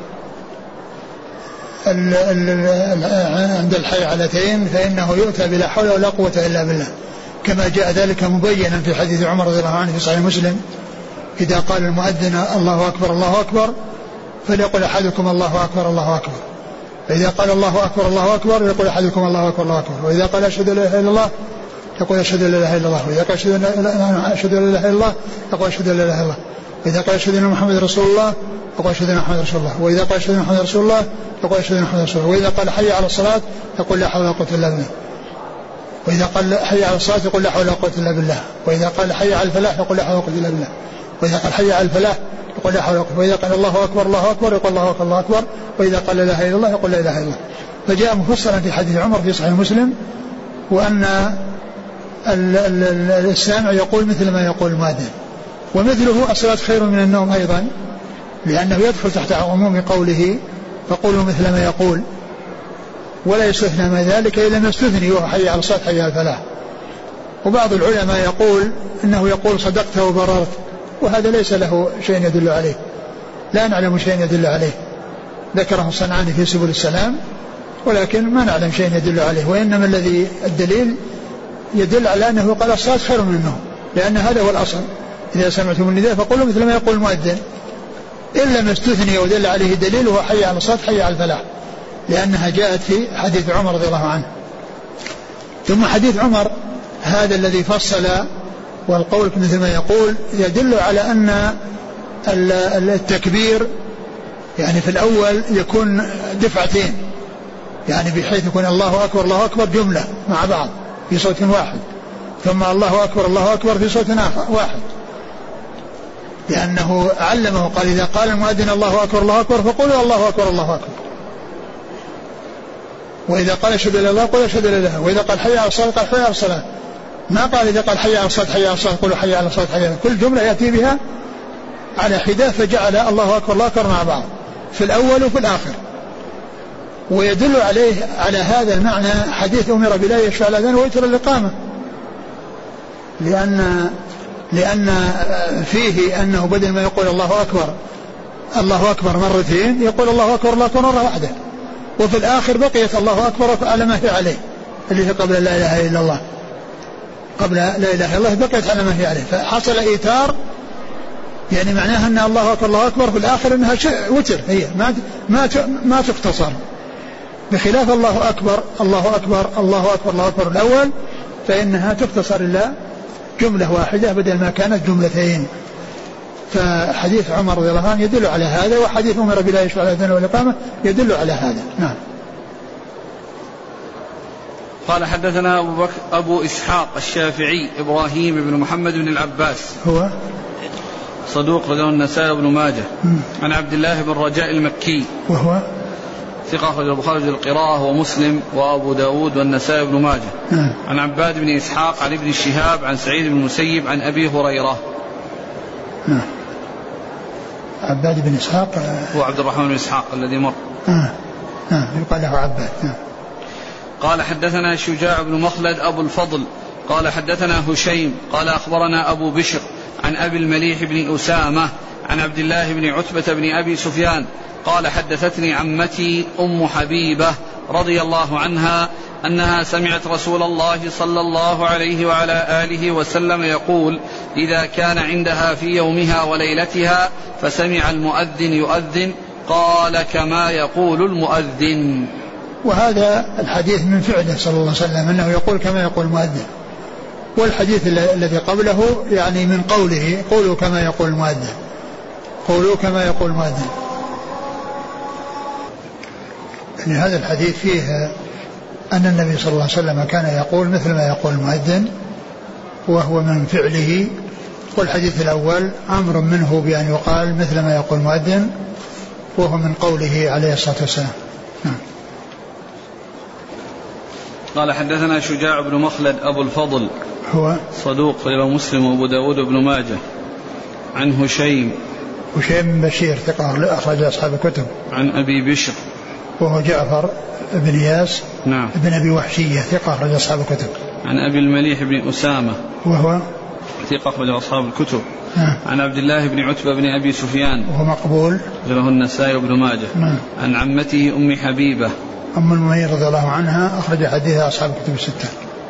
ال ال ال عند الحيعلتين، فإنه يؤتى بلا حول ولا قوة إلا بالله، كما جاء ذلك مبينا في حديث عمر رضي الله عنه في صحيح مسلم إذا قال المؤذن الله أكبر الله أكبر فليقل أحدكم الله أكبر الله أكبر، فإذا قال الله أكبر الله أكبر يقول أحدكم الله أكبر الله أكبر، وإذا قال أشهد أن لا إله إلا الله يقول أشهد أن لا إله إلا الله، وإذا قال أشهد أن لا إله إلا الله يقول أشهد أن لا إله إلا الله، وإذا قال أشهد أن محمد رسول الله يقول أشهد أن محمد رسول الله، وإذا قال أشهد أن محمد رسول الله يقول أشهد أن محمد رسول الله، وإذا قال حي على الصلاة يقول لا حول ولا قوة إلا بالله، وإذا قال حي على الصلاة يقول لا حول ولا قوة إلا بالله، وإذا قال حي على الفلاح يقول لا حول ولا قوة إلا بالله، وإذا قال حي على الفلاح يقول لا حول ولا قوة، وإذا قال الله أكبر الله أكبر يقول الله أكبر الله أكبر، وإذا قال لا إله إلا الله يقول لا إله إلا الله. فجاء مفسرا في حديث عمر في صحيح مسلم وأن السامع يقول مثل ما يقول المؤذن، ومثله الصلاة خير من النوم أيضا، لأنه يدخل تحت عموم قوله فقولوا مثل ما يقول، ولا يستثنى من ذلك إلا ما استثني وهو حي على الصلاة حي على الفلاح. وبعض العلماء يقول إنه يقول صدقت وبررت، وهذا ليس له شيء يدل عليه، لا نعلم شيء يدل عليه، ذكره الصنعاني في سبل السلام، ولكن ما نعلم شيء يدل عليه. وإنما الذي الدليل يدل على أنه قال الصلاة خير من النوم، لأن هذا هو الأصل. إذا سمعتم النداء فقولوا مثل ما يقول المؤذن، إلا ما استثني ودل عليه دليل وهو حي على الصلاة حي على الفلاح، لأنها جاءت في حديث عمر رضي الله عنه. ثم حديث عمر هذا الذي فصل والقول مثل ما يقول يدل على أن التكبير يعني في الأول يكون دفعتين، يعني بحيث يكون الله أكبر الله أكبر جملة مع بعض في صوت واحد، ثم الله أكبر الله أكبر في صوت واحد، لأنه علمه قال إذا قال المؤذن الله أكبر الله أكبر فقولوا الله أكبر الله أكبر، وإذا قال أشهد أن لا إله إلا الله أشهد أن لا إله إلا الله، وإذا قال حي على الصلاة قال حي على الصلاة. ما قال إذا قال حي على الصلاة حي على الصلاة قولوا حي على الصلاة حي على، كل جملة يأتي بها على حدة، فجعل الله أكبر الله أكبر مع بعض في الأول وفي الآخر. ويدل عليه على هذا المعنى حديث أمر بلا يشفع الأذان ويتر الإقامة، لأن لأن فيه أنه بدل ما يقول الله أكبر الله أكبر مرتين يقول الله أكبر الله أكبر مرة واحدة، وفي الآخر بقيت الله أكبر على ما هي عليه اللي هي قبل لا إله إلا الله، قبل لا إله إلا الله بقيت على ما هي عليه، فحصل إيتار، يعني معناها أن الله أكبر الله أكبر في الآخر أنها وتر، هي ما ما ما تختصر، بخلاف الله أكبر الله أكبر الله أكبر الله أكبر الأول فإنها تختصر إلى جملة واحدة بدل ما كانت جملتين. فحديث عمر رضي الله عنه يدل على هذا، وحديث عمر بلا يشفع الأذان والإقامة يدل على هذا. نعم. قال حدثنا أبو بكر أبو إسحاق الشافعي إبراهيم بن محمد بن العباس هو صدوق له النسائي بن ماجه عن عبد الله بن رجاء المكي وهو ثقة أخرج البخاري القراءة ومسلم وأبو داود والنسائي بن ماجه م. عن عباد بن إسحاق عن ابن شهاب عن سعيد بن المسيب عن أبي هريرة. م. عباد بن إسحاق هو عبد الرحمن بن إسحاق الذي مر آه. آه. يقال له عباد. آه. قال حدثنا شجاع بن مخلد أبو الفضل قال حدثنا هشيم قال أخبرنا أبو بشر عن أبي المليح بن أسامة عن عبد الله بن عتبة بن أبي سفيان قال حدثتني عمتي أم حبيبة رضي الله عنها أنها سمعت رسول الله صلى الله عليه وعلى آله وسلم يقول إذا كان عندها في يومها وليلتها فسمع المؤذن يؤذن قال كما يقول المؤذن. وهذا الحديث من فعله صلى الله عليه وسلم أنه يقول كما يقول المؤذن، والحديث الذي قبله يعني من قوله قولوا كما يقول المؤذن قولوا كما يقول المؤذن. يعني هذا الحديث فيه أن النبي صلى الله عليه وسلم كان يقول مثل ما يقول المؤذن وهو من فعله، والحديث الأول أمر منه بأن يقال مثل ما يقول المؤذن وهو من قوله عليه الصلاة والسلام. نعم. قال حدثنا شجاع بن مخلد أبو الفضل هو صدوق إلى مسلم وأبو داود بن ماجه عن هشيم هشيم بن بشير ثقة أخرج أصحاب الكتب عن أبي بشر وهو جعفر بن ياس نعم بن أبي وحشية ثقة أخرج أصحاب الكتب عن أبي المليح بن أسامة وهو ثقة أخرج أصحاب الكتب نعم عن عبد الله بن عتبة بن أبي سفيان وهو مقبول له النسائي بن ماجه نعم عن عمته أم حبيبة أم المؤمنين رضي الله عنها أخرج حديثها أصحاب الكتب الستة.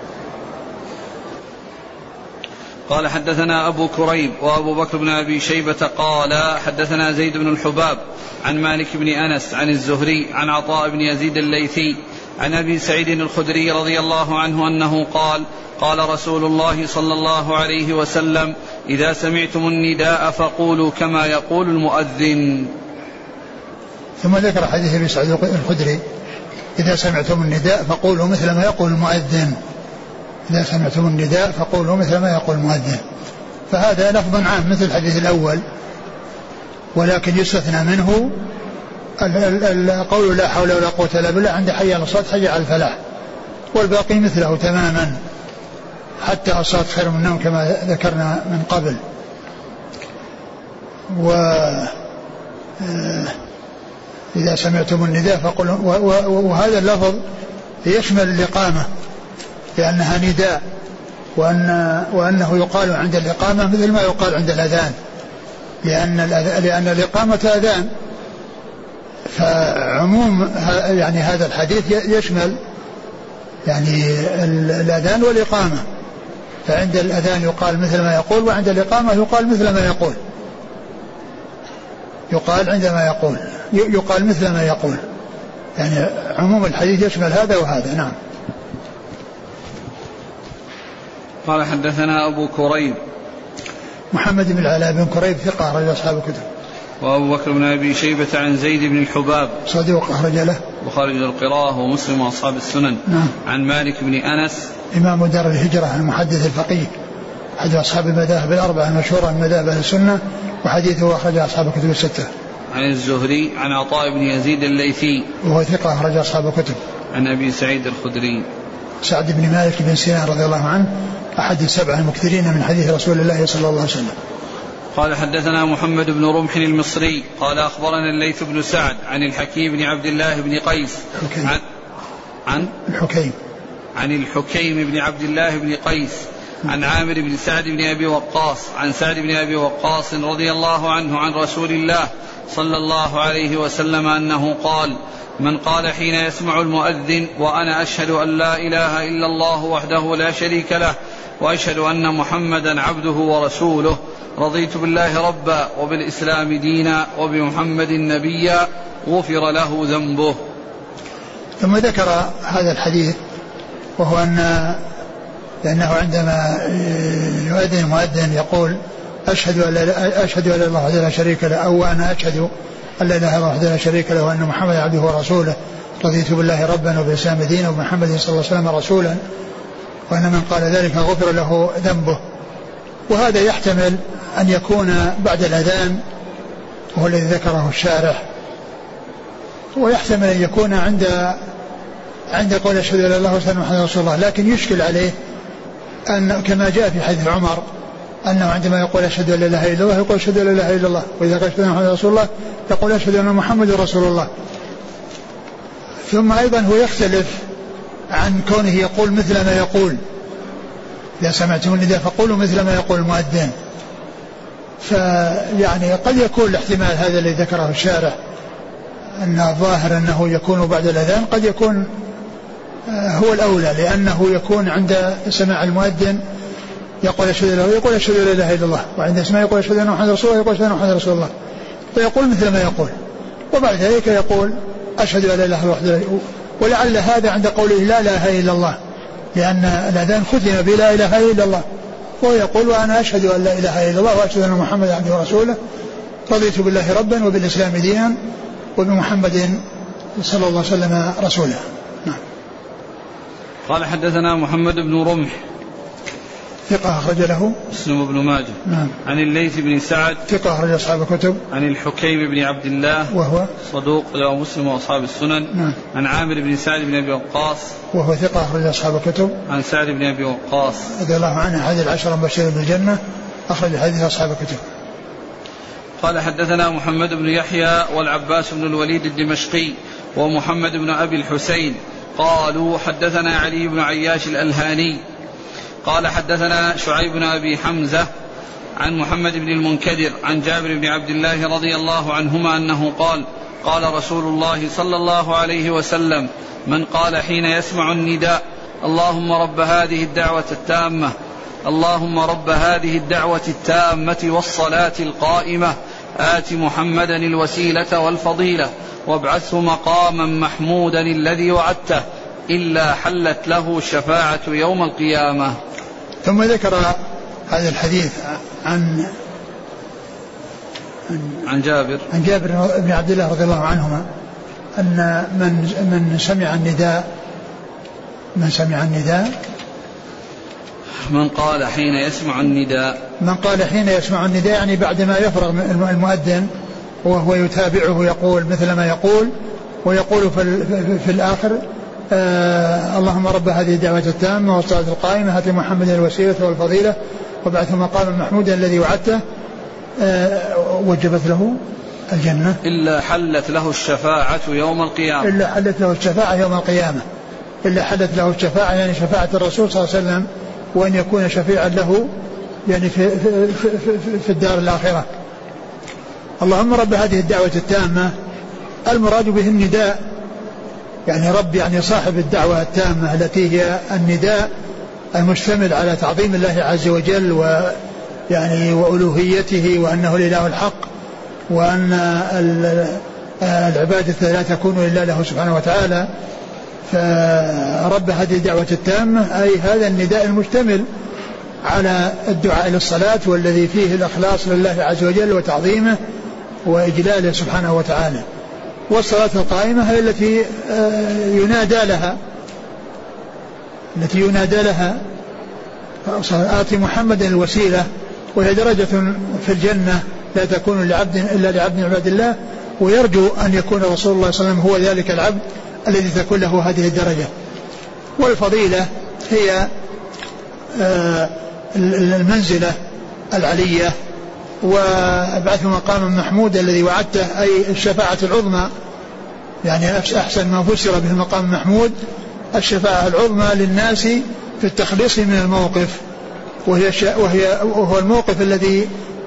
قال حدثنا أبو كريب وأبو بكر بن أبي شيبة قال حدثنا زيد بن الحباب عن مالك بن أنس عن الزهري عن عطاء بن يزيد الليثي عن أبي سعيد الخدري رضي الله عنه أنه قال قال رسول الله صلى الله عليه وسلم إذا سمعتم النداء فقولوا كما يقول المؤذن. ثم ذكر حديث أبي سعيد الخدري إذا سمعتم النداء فقولوا مثل ما يقول المؤذن إذا سمعتم النداء فقولوا مثل ما يقول المؤذن، فهذا لفظ عام مثل الحديث الأول، ولكن يستثنى منه القول لا حول ولا قوة إلا بالله عند حي على الصلاة حي على الفلاح، والباقي مثله تماما حتى الصلاة خير من النوم كما ذكرنا من قبل. و إذا سمعتم النداء فقولوا، وهذا اللفظ يشمل الإقامة لأنها نداء، وأن وأنه يقال عند الإقامة مثل ما يقال عند الأذان، لأن لأن الإقامة أذان فعموم يعني هذا الحديث يشمل يعني الأذان والإقامة، فعند الأذان يقال مثل ما يقول، وعند الإقامة يقال مثل ما يقول، يقال عندما يقول يقال مثل ما يقول، يعني عموم الحديث يشمل هذا وهذا. نعم. قال حدثنا أبو كريب محمد بن العلاء بن كريب ثقة رجل أصحاب الكتب. وأبو بكر بن أبي شيبة عن زيد بن الحباب صدوق أخرج له وخارج القراءة ومسلم وأصحاب السنن. نعم. عن مالك بن أنس إمام دار الهجرة المحدث الفقيه أحد أصحاب المذاهب الأربعة المشهورة من مذاهب أهل السنة، وحديثه أخرج أصحاب الكتب الستة. عن الزهري عن عطاء بن يزيد الليثي وهو ثقة أخرج أصحاب الكتب. عن أبي سعيد الخدري سعد بن مالك بن سنان رضي الله عنه أحد السبعة المكثرين من حديث رسول الله صلى الله عليه وسلم. قال حدثنا محمد بن رمح المصري قال أخبرنا الليث بن سعد عن الحكيم بن عبد الله بن قيس عن, عن الحكيم عن الحكيم بن عبد الله بن قيس عن عامر بن سعد بن أبي وقاص عن سعد بن أبي وقاص رضي الله عنه عن رسول الله صلى الله عليه وسلم أنه قال: من قال حين يسمع المؤذن وأنا أشهد أن لا إله إلا الله وحده لا شريك له وأشهد أن محمدا عبده ورسوله رضيت بالله ربا وبالإسلام دينا وبمحمد نبيا غفر له ذنبه. ثم ذكر هذا الحديث، وهو أن لأنه عندما يؤذن المؤذن يقول أشهد أن لا أشهد أن لا إله إلا الله شريك له، أو أنا أشهد أن لا إله إلا الله لا شريك له وأن محمدا عبده ورسوله رضيت بالله ربا وبالإسلام دينا وبمحمد صلى الله عليه وسلم رسولا، وأن من قال ذلك غفر له ذنبه. وهذا يحتمل أن يكون بعد الأذان وهو الذي ذكره الشارح، ويحتمل أن يكون عند عند قول أشهد أن لا إله إلا الله وأشهد أن محمدا رسول الله، لكن يشكل عليه أن كما جاء في حديث عمر أنه عندما يقول أشهد أن لا إله إلا الله يقول أشهد أن لا إله إلا الله، وإذا قال أشهد أن محمدا رسول الله يقول أشهد أن محمدا رسول الله. ثم أيضا هو يختلف عن كونه يقول مثل ما يقول، إذا سمعتم النداء فقولوا مثل ما يقول المؤذن. فيعني قد يكون الاحتمال هذا الذي ذكره الشارح أن الظاهر أنه يكون بعد الأذان، قد يكون هو الأولى، لأنه يكون عند سماع المؤذن يقول أشهد أن لا يقول أشهد أن لا إله إلا الله، وعند سماع يقول أشهد أن محمدا رسول الله يقول أشهد أن محمدا رسول الله، فيقول مثل ما يقول، وبعد ذلك يقول أشهد أن لا إله إلا الله. ولعل هذا عند قوله لا إله إلا الله، لأن الأذان ختم بلا إله إلا الله، وهو يقول وأنا أشهد أن لا إله إلا الله وأشهد أن محمدا عبده ورسوله رضيت بالله ربا وبالإسلام دينا وبمحمد صلى الله عليه وسلم رسولا. نعم. قال حدثنا محمد بن رمح ثقة أخرج له مسلم بن ماجه. نعم. عن الليث بن سعد ثقة أخرج أصحاب الكتب. عن الحكيم بن عبد الله وهو صدوق له مسلم وأصحاب السنن. نعم. عن عامر بن سعد بن أبي وقاص وهو ثقة أخرج أصحاب الكتب. عن سعد بن أبي وقاص رضي الله عنه أحد العشرة المبشرين بالجنة أخرج حديث أصحاب الكتب. قال حدثنا محمد بن يحيى والعباس بن الوليد الدمشقي ومحمد بن أبي الحسين قالوا حدثنا علي بن عياش الألهاني قال حدثنا شعيب بن أبي حمزة عن محمد بن المنكدر عن جابر بن عبد الله رضي الله عنهما أنه قال قال رسول الله صلى الله عليه وسلم: من قال حين يسمع النداء اللهم رب هذه الدعوة التامة اللهم رب هذه الدعوة التامة والصلاة القائمة آت محمدا الوسيلة والفضيلة وابعثه مقاما محمودا الذي وعدته إلا حلت له الشفاعة يوم القيامة. ثم ذكر هذا الحديث عن عن جابر عن جابر بن عبد الله رضي الله عنهما أن من من سمع النداء من سمع النداء من قال حين يسمع النداء من قال حين يسمع النداء يعني بعدما يفرغ المؤذن وهو يتابعه يقول مثل ما يقول، ويقول في, في الآخر آه اللهم رب هذه الدعوة التامة والصلاة القائمة آت محمدا الوسيلة والفضيلة وابعثه مقاما محمودا الذي وعدته آه وجبت له الجنة إلا حلت له الشفاعة يوم القيامة إلا حلت له الشفاعة يوم القيامة إلا حلت له الشفاعة يعني شفاعة الرسول صلى الله عليه وسلم، وأن يكون شفيعا له يعني في, في, في, في الدار الآخرة. اللهم رب هذه الدعوة التامة المراد به النداء، يعني رب يعني صاحب الدعوة التامة التي هي النداء المشتمل على تعظيم الله عز وجل ويعني وألوهيته وأنه الإله الحق وأن العبادة لا تكون إلا له سبحانه وتعالى. فرب هذه الدعوة التامة أي هذا النداء المشتمل على الدعاء إلى الصلاة والذي فيه الإخلاص لله عز وجل وتعظيمه وإجلاله سبحانه وتعالى. والصلاة القائمة هي التي ينادى لها التي ينادى لها آتي محمد الوسيلة، وهي درجة في الجنة لا تكون لعبد إلا لعبد من عباد الله، ويرجو أن يكون رسول الله صلى الله عليه وسلم هو ذلك العبد الذي تكون له هذه الدرجة. والفضيلة هي المنزلة العلية، وابعثه مقاما محمودا الذي وعدته أي الشفاعة العظمى، يعني أحسن ما فسر به المقام المحمود الشفاعة العظمى للناس في التخليص من الموقف، وهي وهي وهو الموقف الذي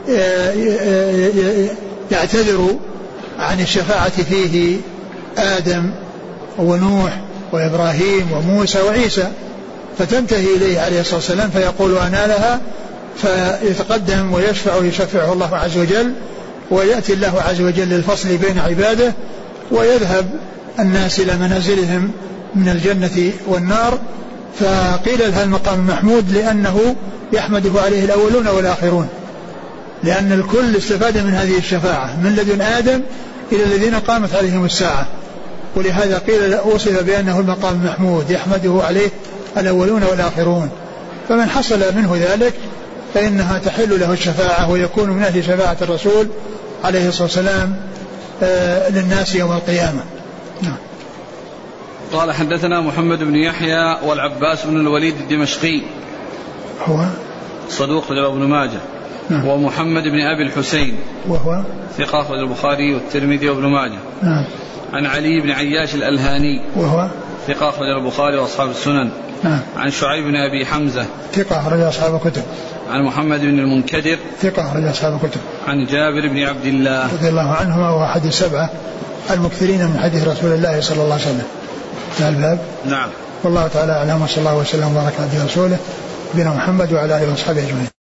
يعتذر عن الشفاعة فيه آدم ونوح وإبراهيم وموسى وعيسى، فتنتهي إليه عليه الصلاة والسلام فيقول أنا لها، فيتقدم ويشفع ويشفعه الله عز وجل، ويأتي الله عز وجل للفصل بين عباده، ويذهب الناس إلى منازلهم من الجنة والنار. فقيل لها المقام المحمود لأنه يحمده عليه الأولون والآخرون، لأن الكل استفاد من هذه الشفاعة من لدن آدم إلى الذين قامت عليهم الساعة، ولهذا قيل وصف بأنه المقام المحمود يحمده عليه الأولون والآخرون. فمن حصل منه ذلك فإنها تحل له الشفاعة ويكون من أهل شفاعة الرسول عليه الصلاة والسلام للناس يوم القيامة. نعم. قال حدثنا محمد بن يحيى والعباس بن الوليد الدمشقي هو صدوق رواه ابن ماجه. نعم. ومحمد بن أبي الحسين وهو ثقة أخرجه البخاري والترمذي وابن ماجه. نعم. عن علي بن عياش الألهاني وهو ثقة أخرجه البخاري وأصحاب السنن. نعم. عن شعيب بن أبي حمزة ثقة أخرج أصحاب الكتب. عن محمد بن المنكدر ثقة أخرج أصحاب الكتب. عن جابر بن عبد الله رضي الله عنهما وهو أحد السبعة المكثرين من حديث رسول الله صلى الله عليه وسلم. في الباب. نعم. والله تعالى أعلم، وصلى الله وسلم وبارك على رسوله نبينا محمد وعلى آله وصحبه أجمعين.